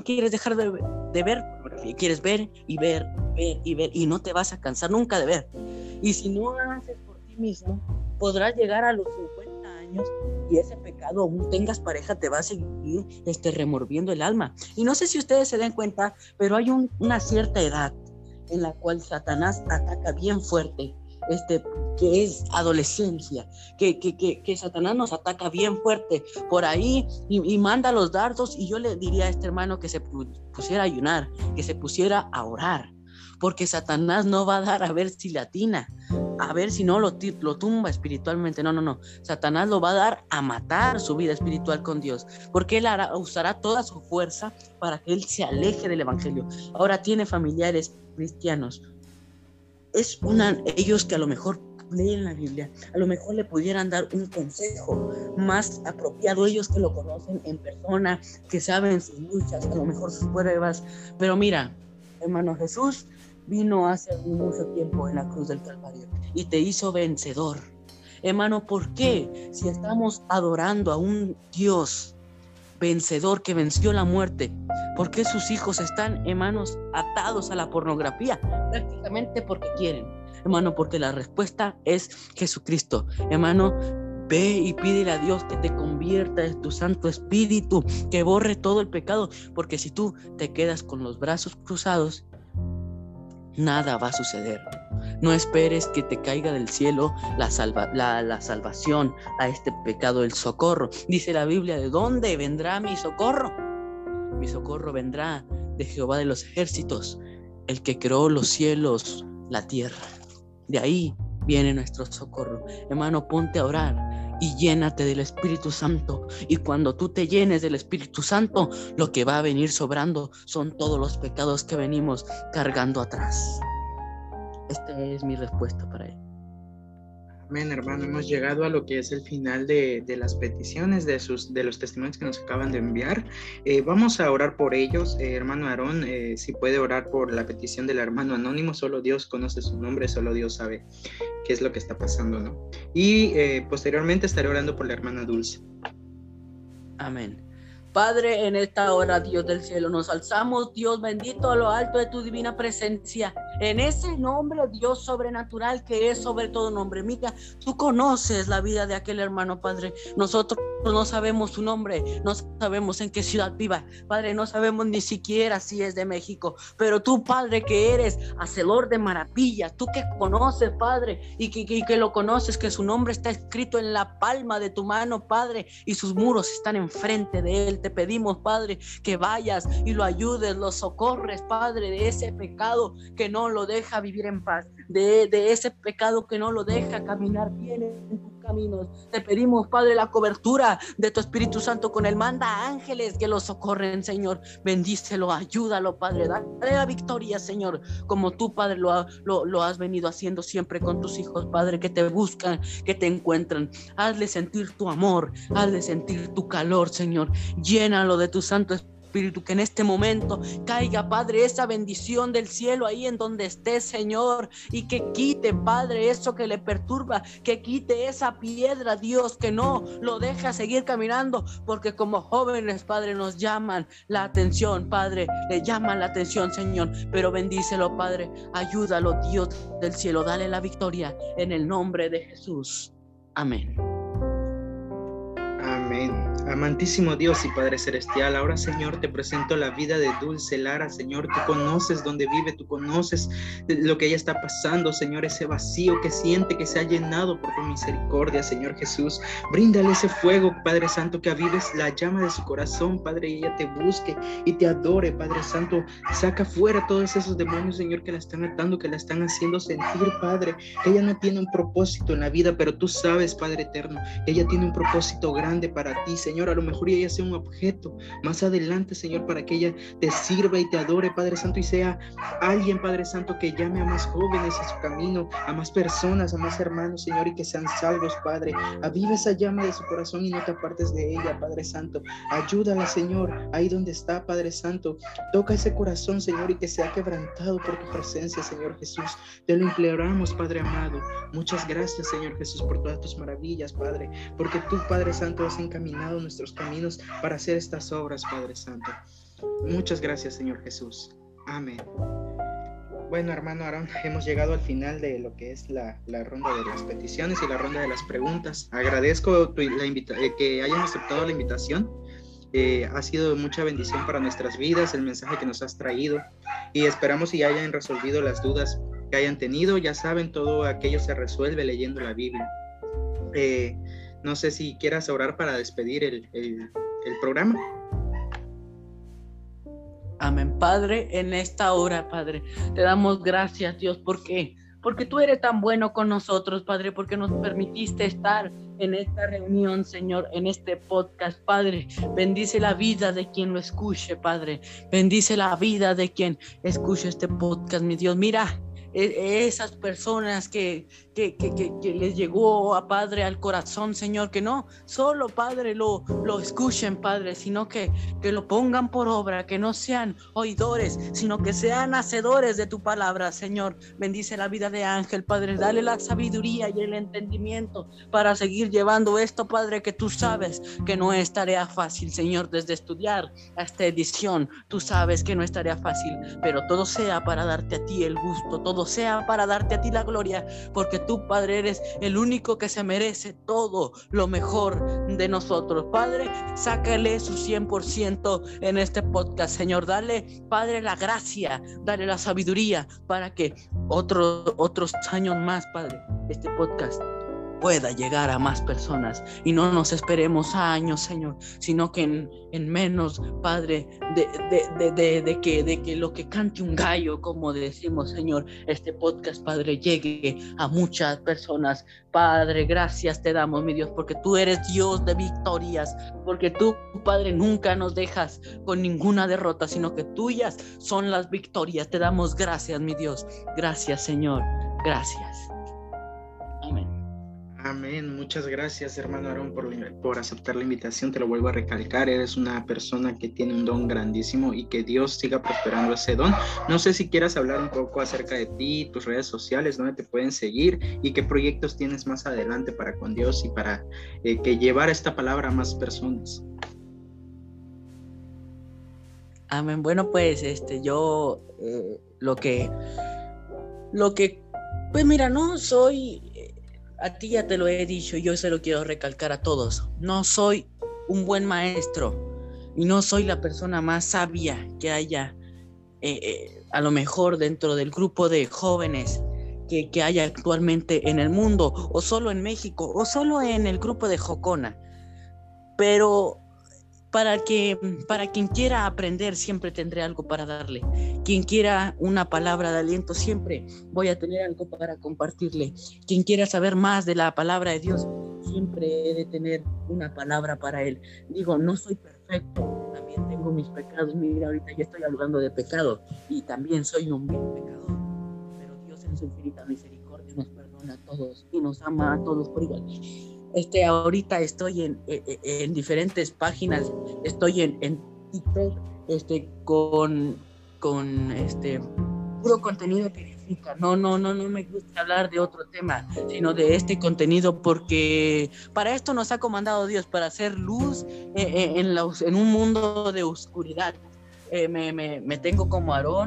Speaker 4: de ver pornografía, quieres ver y ver y ver, y no te vas a cansar nunca de ver. Y si no haces por ti mismo, podrás llegar a los 50 años y ese pecado, aún tengas pareja, te va a seguir remorviendo el alma. Y no sé si ustedes se den cuenta, pero hay una cierta edad en la cual Satanás ataca bien fuerte, que es adolescencia, que Satanás nos ataca bien fuerte por ahí y manda los dardos. Y yo le diría a este hermano que se pusiera a ayunar, que se pusiera a orar, porque Satanás no va a dar a ver si le atina, a ver si no lo tumba espiritualmente. No. Satanás lo va a dar a matar su vida espiritual con Dios, porque él usará toda su fuerza para que él se aleje del evangelio. Ahora tiene familiares cristianos. Ellos que a lo mejor leen la Biblia, a lo mejor le pudieran dar un consejo más apropiado, ellos que lo conocen en persona, que saben sus luchas, a lo mejor sus pruebas. Pero mira, hermano, Jesús vino hace mucho tiempo en la cruz del Calvario y te hizo vencedor. Hermano, ¿por qué? Si estamos adorando a un Dios vencedor que venció la muerte, ¿por qué sus hijos están, hermanos, atados a la pornografía? Prácticamente porque quieren, hermano, porque la respuesta es Jesucristo. Hermano, ve y pídele a Dios que te convierta en tu Santo Espíritu, que borre todo el pecado, porque si tú te quedas con los brazos cruzados, nada va a suceder. No esperes que te caiga del cielo la salvación a este pecado, el socorro. Dice la Biblia, ¿de dónde vendrá mi socorro? Mi socorro vendrá de Jehová de los ejércitos, el que creó los cielos, la tierra. De ahí viene nuestro socorro. Hermano, ponte a orar y llénate del Espíritu Santo. Y cuando tú te llenes del Espíritu Santo, lo que va a venir sobrando son todos los pecados que venimos cargando atrás. Esta es mi respuesta para él.
Speaker 2: Amén, hermano. Hemos llegado a lo que es el final de las peticiones, de los testimonios que nos acaban de enviar. Vamos a orar por ellos. Hermano Aarón, si puede orar por la petición del hermano anónimo. Solo Dios conoce su nombre, solo Dios sabe qué es lo que está pasando, ¿no? Y posteriormente estaré orando por la hermana Dulce.
Speaker 4: Amén. Padre, en esta hora, Dios del cielo, nos alzamos, Dios bendito, a lo alto de tu divina presencia, en ese nombre, Dios sobrenatural, que es sobre todo nombre. Mira, tú conoces la vida de aquel hermano, Padre. Nosotros no sabemos su nombre, no sabemos en qué ciudad viva, Padre, no sabemos ni siquiera si es de México, pero tú, Padre, que eres hacedor de maravillas, tú que conoces, Padre, y que lo conoces, que su nombre está escrito en la palma de tu mano, Padre, y sus muros están enfrente de él. Te pedimos, Padre, que vayas y lo ayudes, lo socorres, Padre, de ese pecado que no lo deja vivir en paz, de ese pecado que no lo deja caminar bien en tus caminos. Te pedimos, Padre, la cobertura de tu Espíritu Santo con él. Manda ángeles que lo socorren, Señor. Bendícelo, ayúdalo, Padre. Dale la victoria, Señor, como tú, Padre, lo has venido haciendo siempre con tus hijos, Padre, que te buscan, que te encuentran. Hazle sentir tu amor, hazle sentir tu calor, Señor. Llénalo de tu Santo Espíritu, que en este momento caiga, Padre, esa bendición del cielo ahí en donde estés, Señor, y que quite, Padre, eso que le perturba, que quite esa piedra, Dios, que no lo deja seguir caminando, porque como jóvenes, Padre, nos llaman la atención, Padre, le llaman la atención, Señor, pero bendícelo, Padre, ayúdalo, Dios del cielo, dale la victoria en el nombre de Jesús. Amén.
Speaker 2: Amén. Amantísimo Dios y Padre Celestial, ahora Señor te presento la vida de Dulce Lara, Señor, tú conoces dónde vive, tú conoces lo que ella está pasando, Señor, ese vacío que siente, que se ha llenado por tu misericordia, Señor Jesús. Bríndale ese fuego, Padre Santo, que avives la llama de su corazón, Padre, y ella te busque y te adore, Padre Santo. Saca fuera todos esos demonios, Señor, que la están atando, que la están haciendo sentir, Padre, que ella no tiene un propósito en la vida, pero tú sabes, Padre eterno, que ella tiene un propósito grande para ti, Señor. A lo mejor ella sea un objeto más adelante, Señor, para que ella te sirva y te adore, Padre Santo, y sea alguien, Padre Santo, que llame a más jóvenes a su camino, a más personas, a más hermanos, Señor, y que sean salvos, Padre. Aviva esa llama de su corazón y no te apartes de ella, Padre Santo. Ayúdala, Señor, ahí donde está, Padre Santo. Toca ese corazón, Señor, y que sea quebrantado por tu presencia, Señor Jesús. Te lo imploramos, Padre amado. Muchas gracias, Señor Jesús, por todas tus maravillas, Padre, porque tú, Padre Santo, has encaminado nuestros caminos para hacer estas obras, Padre Santo. Muchas gracias, Señor Jesús. Amén. Bueno, hermano Aarón, hemos llegado al final de lo que es la ronda de las peticiones y la ronda de las preguntas. Agradezco que hayan aceptado la invitación. Ha sido mucha bendición para nuestras vidas el mensaje que nos has traído y esperamos y hayan resolvido las dudas que hayan tenido. Ya saben, todo aquello se resuelve leyendo la Biblia. No sé si quieras orar para despedir el programa.
Speaker 4: Amén, Padre, en esta hora, Padre, te damos gracias, Dios, porque tú eres tan bueno con nosotros, Padre, porque nos permitiste estar en esta reunión, Señor, en este podcast, Padre. Bendice la vida de quien lo escuche, Padre. Bendice la vida de quien escuche este podcast, mi Dios. Mira, esas personas que les llegó a Padre al corazón, Señor, que no solo, Padre, lo escuchen, Padre, sino que lo pongan por obra, que no sean oidores, sino que sean hacedores de tu palabra, Señor. Bendice la vida de Ángel, Padre, dale la sabiduría y el entendimiento para seguir llevando esto, Padre, que tú sabes que no es tarea fácil, Señor, desde estudiar hasta edición, tú sabes que no es tarea fácil, pero todo sea para darte a ti el gusto, todo sea para darte a ti la gloria, porque tú, Padre, eres el único que se merece todo lo mejor de nosotros. Padre, sácale su 100% en este podcast, Señor. Dale, Padre, la gracia, dale la sabiduría para que otros años más, Padre, este podcast pueda llegar a más personas y no nos esperemos a años, Señor, sino que en menos, Padre, de que lo que cante un gallo, como decimos, Señor, este podcast, Padre, llegue a muchas personas. Padre, gracias te damos, mi Dios, porque tú eres Dios de victorias, porque tú, Padre, nunca nos dejas con ninguna derrota, sino que tuyas son las victorias. Te damos gracias, mi Dios. Gracias, Señor. Gracias. Amén.
Speaker 2: Amén. Muchas gracias, hermano Aarón, por aceptar la invitación. Te lo vuelvo a recalcar. Eres una persona que tiene un don grandísimo y que Dios siga prosperando ese don. No sé si quieras hablar un poco acerca de ti, tus redes sociales, dónde te pueden seguir y qué proyectos tienes más adelante para con Dios y para que llevar esta palabra a más personas.
Speaker 4: Amén. Bueno, pues yo lo que pues mira, no soy, a ti ya te lo he dicho, yo se lo quiero recalcar a todos. No soy un buen maestro y no soy la persona más sabia que haya a lo mejor dentro del grupo de jóvenes que haya actualmente en el mundo, o solo en México, o solo en el grupo de Jocona. Pero para quien quiera aprender, siempre tendré algo para darle. Quien quiera una palabra de aliento, siempre voy a tener algo para compartirle. Quien quiera saber más de la palabra de Dios, siempre he de tener una palabra para él. Digo, no soy perfecto, también tengo mis pecados. Mira, ahorita ya estoy hablando de pecado y también soy un vil pecador. Pero Dios en su infinita misericordia nos perdona a todos y nos ama a todos por igual. Ahorita estoy en diferentes páginas, estoy en TikTok, con puro contenido que edifica. No me gusta hablar de otro tema, sino de este contenido, porque para esto nos ha comandado Dios, para hacer luz en un mundo de oscuridad. Me tengo como Aarón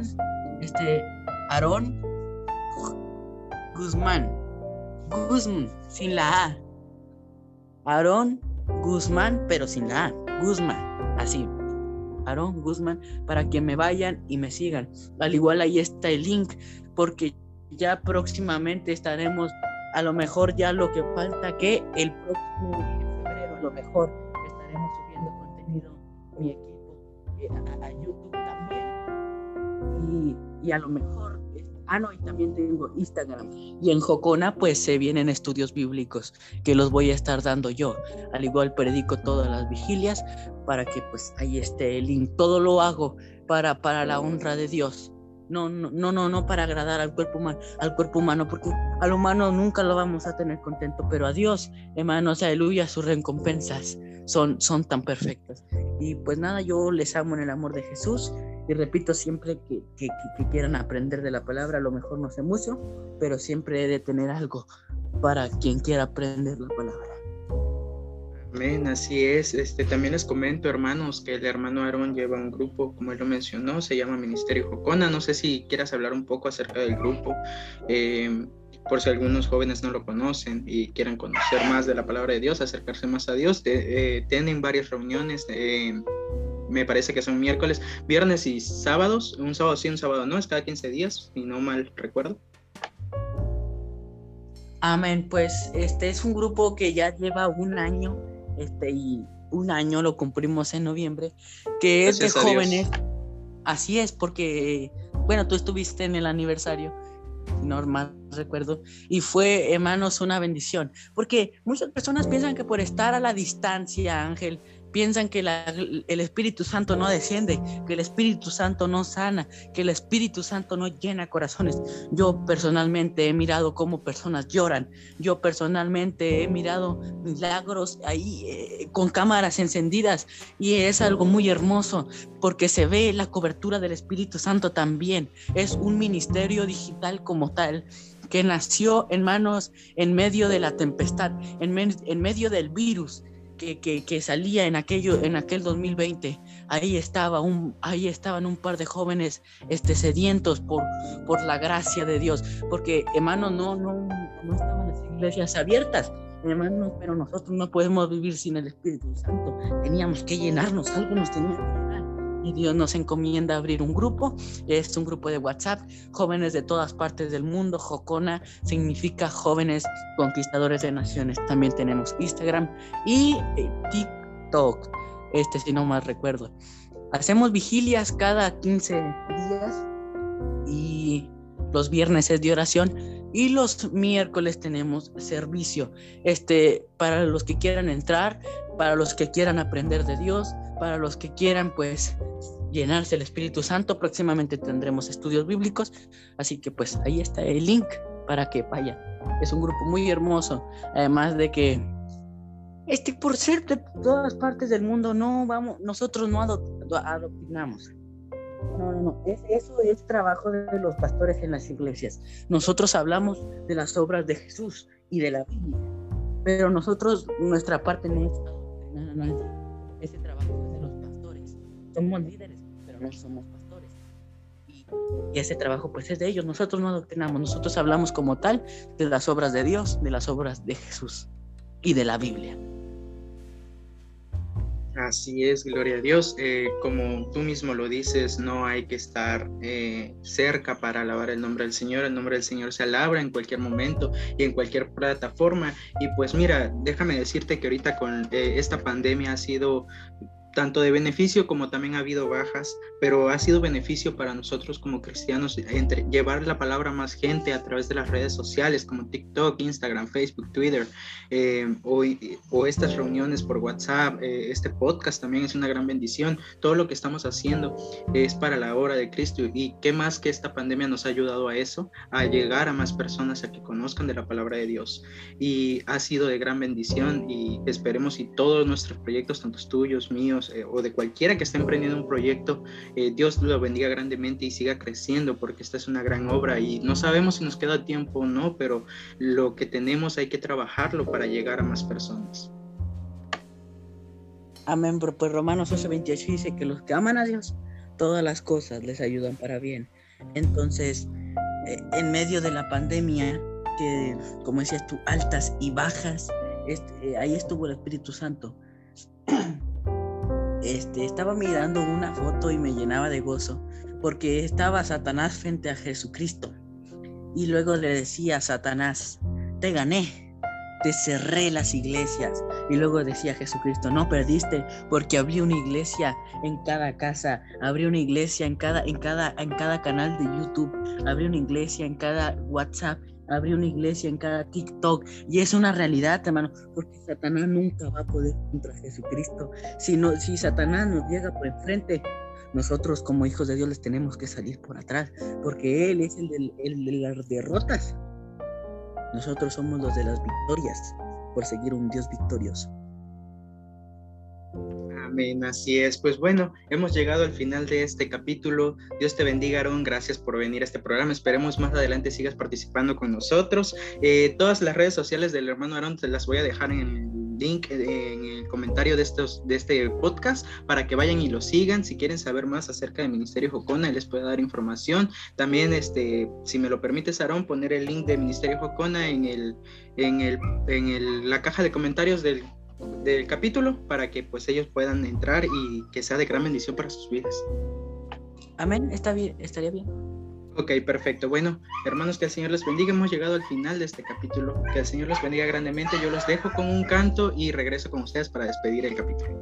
Speaker 4: Guzmán, sin la A. Aarón Guzmán, pero sin la A, Guzmán, así, Aarón Guzmán, para que me vayan y me sigan. Al igual ahí está el link, porque ya próximamente estaremos, a lo mejor ya lo que falta que el próximo febrero, a lo mejor estaremos subiendo contenido, mi equipo, a YouTube también, y a lo mejor, y también tengo Instagram, y en Jocona pues se vienen estudios bíblicos que los voy a estar dando yo, al igual predico todas las vigilias, para que pues ahí esté el link. Todo lo hago para la honra de Dios, no para agradar al cuerpo humano, porque al humano nunca lo vamos a tener contento, pero a Dios, hermanos, aleluya, sus recompensas son tan perfectas. Y pues nada, yo les amo en el amor de Jesús. Y repito siempre que quieran aprender de la palabra, a lo mejor no sé mucho, pero siempre he de tener algo para quien quiera aprender la palabra.
Speaker 2: Amén, así es. También les comento, hermanos, que el hermano Aarón lleva un grupo, como él lo mencionó, se llama Ministerio Jocona. No sé si quieras hablar un poco acerca del grupo, por si algunos jóvenes no lo conocen y quieran conocer más de la palabra de Dios, acercarse más a Dios. Tienen varias reuniones, me parece que son miércoles, viernes y sábados, un sábado sí, un sábado no, es cada 15 días, si no mal recuerdo.
Speaker 4: Amén, pues es un grupo que ya lleva un año, y un año lo cumplimos en noviembre, que es de jóvenes. Así es, porque, bueno, tú estuviste en el aniversario, no mal recuerdo, y fue, hermanos, una bendición, porque muchas personas piensan que por estar a la distancia, Ángel, piensan que el Espíritu Santo no desciende, que el Espíritu Santo no sana, que el Espíritu Santo no llena corazones. Yo personalmente he mirado cómo personas lloran, yo personalmente he mirado milagros ahí con cámaras encendidas, y es algo muy hermoso, porque se ve la cobertura del Espíritu Santo también. Es un ministerio digital como tal, que nació, hermanos, en medio de la tempestad, en medio del virus que salía en aquel 2020. Ahí estaban un par de jóvenes sedientos por la gracia de Dios, porque, hermanos, no estaban las iglesias abiertas, hermanos, pero nosotros no podemos vivir sin el Espíritu Santo. Teníamos que llenarnos, algo nos tenía que llenar. Y Dios nos encomienda abrir un grupo. Es un grupo de WhatsApp, jóvenes de todas partes del mundo. Jocona significa jóvenes conquistadores de naciones. También tenemos Instagram y TikTok, si no mal recuerdo. Hacemos vigilias cada 15 días, y los viernes es de oración, y los miércoles tenemos servicio. Para los que quieran entrar, para los que quieran aprender de Dios, para los que quieran pues llenarse el Espíritu Santo. Próximamente tendremos estudios bíblicos, así que pues ahí está el link para que vayan. Es un grupo muy hermoso, además de que por ser de todas partes del mundo, nosotros no adoctrinamos. No. Eso es trabajo de los pastores en las iglesias. Nosotros hablamos de las obras de Jesús y de la Biblia, pero nuestra parte no es adoctrinar. Ese trabajo es de los pastores. Somos líderes, pero no somos pastores. Y ese trabajo pues es de ellos. Nosotros no adoctrinamos, nosotros hablamos como tal de las obras de Dios, de las obras de Jesús y de la Biblia.
Speaker 2: Así es, gloria a Dios. Como tú mismo lo dices, no hay que estar cerca para alabar el nombre del Señor. El nombre del Señor se alaba en cualquier momento y en cualquier plataforma. Y pues mira, déjame decirte que ahorita con esta pandemia ha sido tanto de beneficio como también ha habido bajas, pero ha sido beneficio para nosotros como cristianos llevar la palabra a más gente a través de las redes sociales como TikTok, Instagram, Facebook, Twitter, o estas reuniones por WhatsApp. Este podcast también es una gran bendición. Todo lo que estamos haciendo es para la obra de Cristo, y qué más que esta pandemia nos ha ayudado a eso, a llegar a más personas a que conozcan de la palabra de Dios, y ha sido de gran bendición. Y esperemos y todos nuestros proyectos, tanto tuyos, míos, o de cualquiera que esté emprendiendo un proyecto, Dios lo bendiga grandemente y siga creciendo, porque esta es una gran obra y no sabemos si nos queda tiempo o no, pero lo que tenemos hay que trabajarlo para llegar a más personas.
Speaker 4: Amén. Pues Romanos 8:28 dice que los que aman a Dios, todas las cosas les ayudan para bien. Entonces, en medio de la pandemia, que como decías tú, altas y bajas, ahí estuvo el Espíritu Santo. Estaba mirando una foto y me llenaba de gozo, porque estaba Satanás frente a Jesucristo. Y luego le decía a Satanás: te gané, te cerré las iglesias. Y luego decía Jesucristo: no perdiste, porque abrí una iglesia en cada casa, abrí una iglesia en cada canal de YouTube, abrí una iglesia en cada WhatsApp, abrí una iglesia en cada TikTok. Y es una realidad, hermano, porque Satanás nunca va a poder contra Jesucristo. Si Satanás nos llega por enfrente, nosotros como hijos de Dios les tenemos que salir por atrás, porque Él es el de las derrotas. Nosotros somos los de las victorias, por seguir un Dios victorioso.
Speaker 2: Amén, así es. Pues bueno, hemos llegado al final de este capítulo. Dios te bendiga, Aarón. Gracias por venir a este programa. Esperemos más adelante sigas participando con nosotros. Todas las redes sociales del hermano Aarón te las voy a dejar en el link, en el comentario de este podcast, para que vayan y lo sigan. Si quieren saber más acerca del Ministerio Jocona, él les puede dar información. También, si me lo permites, Aarón, poner el link de Ministerio Jocona en la caja de comentarios del capítulo, para que pues ellos puedan entrar y que sea de gran bendición para sus vidas.
Speaker 4: Amén, está bien, estaría bien.
Speaker 2: Ok, perfecto. Bueno, hermanos, que el Señor les bendiga. Hemos llegado al final de este capítulo. Que el Señor los bendiga grandemente. Yo los dejo con un canto y regreso con ustedes para despedir el capítulo.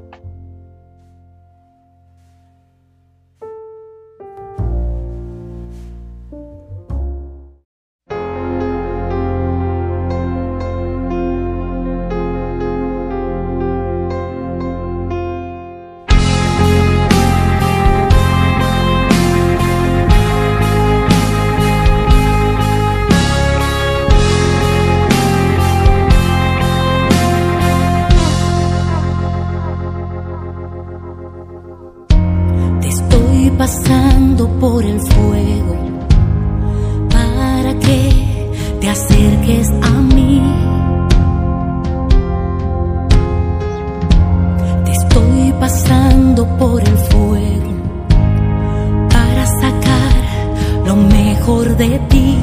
Speaker 1: Pasando por el fuego para que te acerques a mí. Te estoy pasando por el fuego para sacar lo mejor de ti.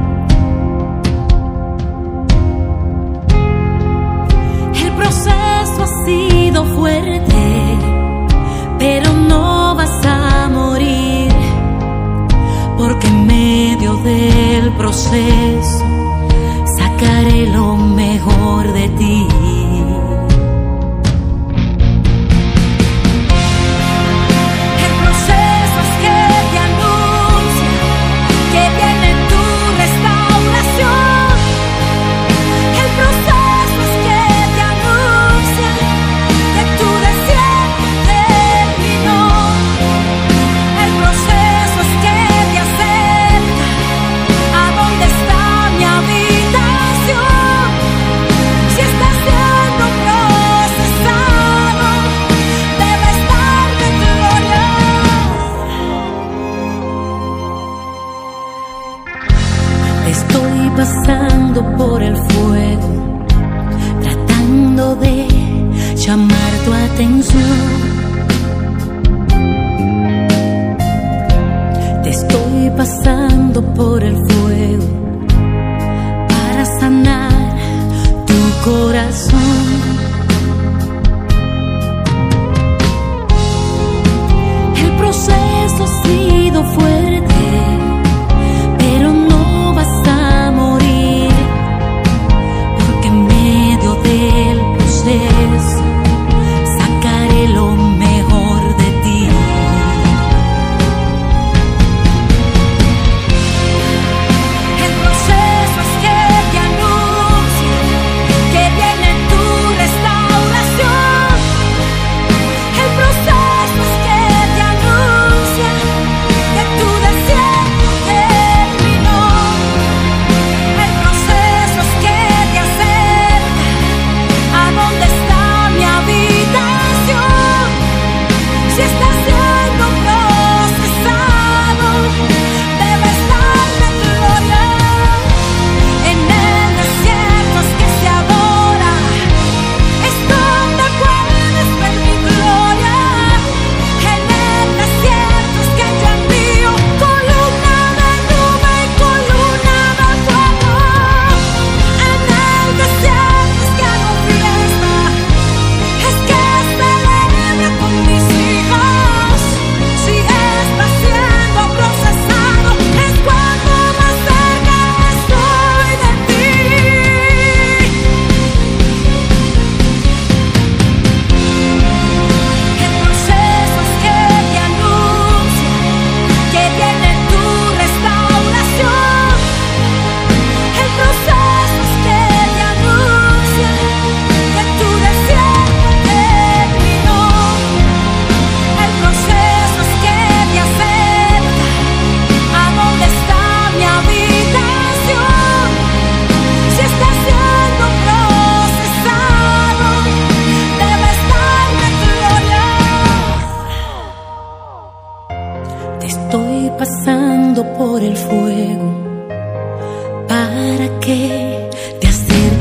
Speaker 1: El proceso ha sido fuerte, pero no vas a morir, porque en medio del proceso sacaré lo mejor de ti. El proceso es que te anuncia que viene tu restauración. El proceso es que te anuncia que tu desierto terminó. El proceso es que te acerca a donde está mi habitación. Si estás siendo procesado, debes darme gloria. Te estoy pasando por el fuego, tratando de llamar tu atención. Te estoy pasando por el fuego para sanar tu corazón. El proceso ha sido fuerte, pero no vas a morir, porque en medio del proceso sacaré lo mejor de ti. El proceso es que te anuncia que viene tu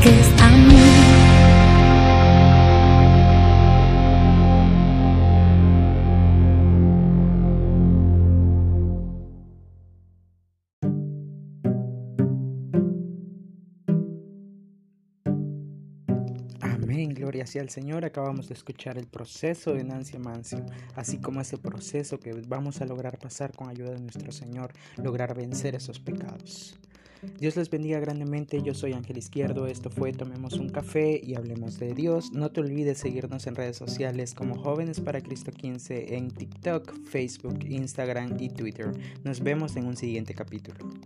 Speaker 1: acerques a mí.
Speaker 2: Amén, gloria sea al Señor. Acabamos de escuchar el proceso de Nancy Amancio, así como ese proceso que vamos a lograr pasar con ayuda de nuestro Señor, lograr vencer esos pecados. Dios les bendiga grandemente. Yo soy Ángel Izquierdo. Esto fue Tomemos un Café y Hablemos de Dios. No te olvides seguirnos en redes sociales como Jóvenes para Cristo 15 en TikTok, Facebook, Instagram y Twitter. Nos vemos en un siguiente capítulo.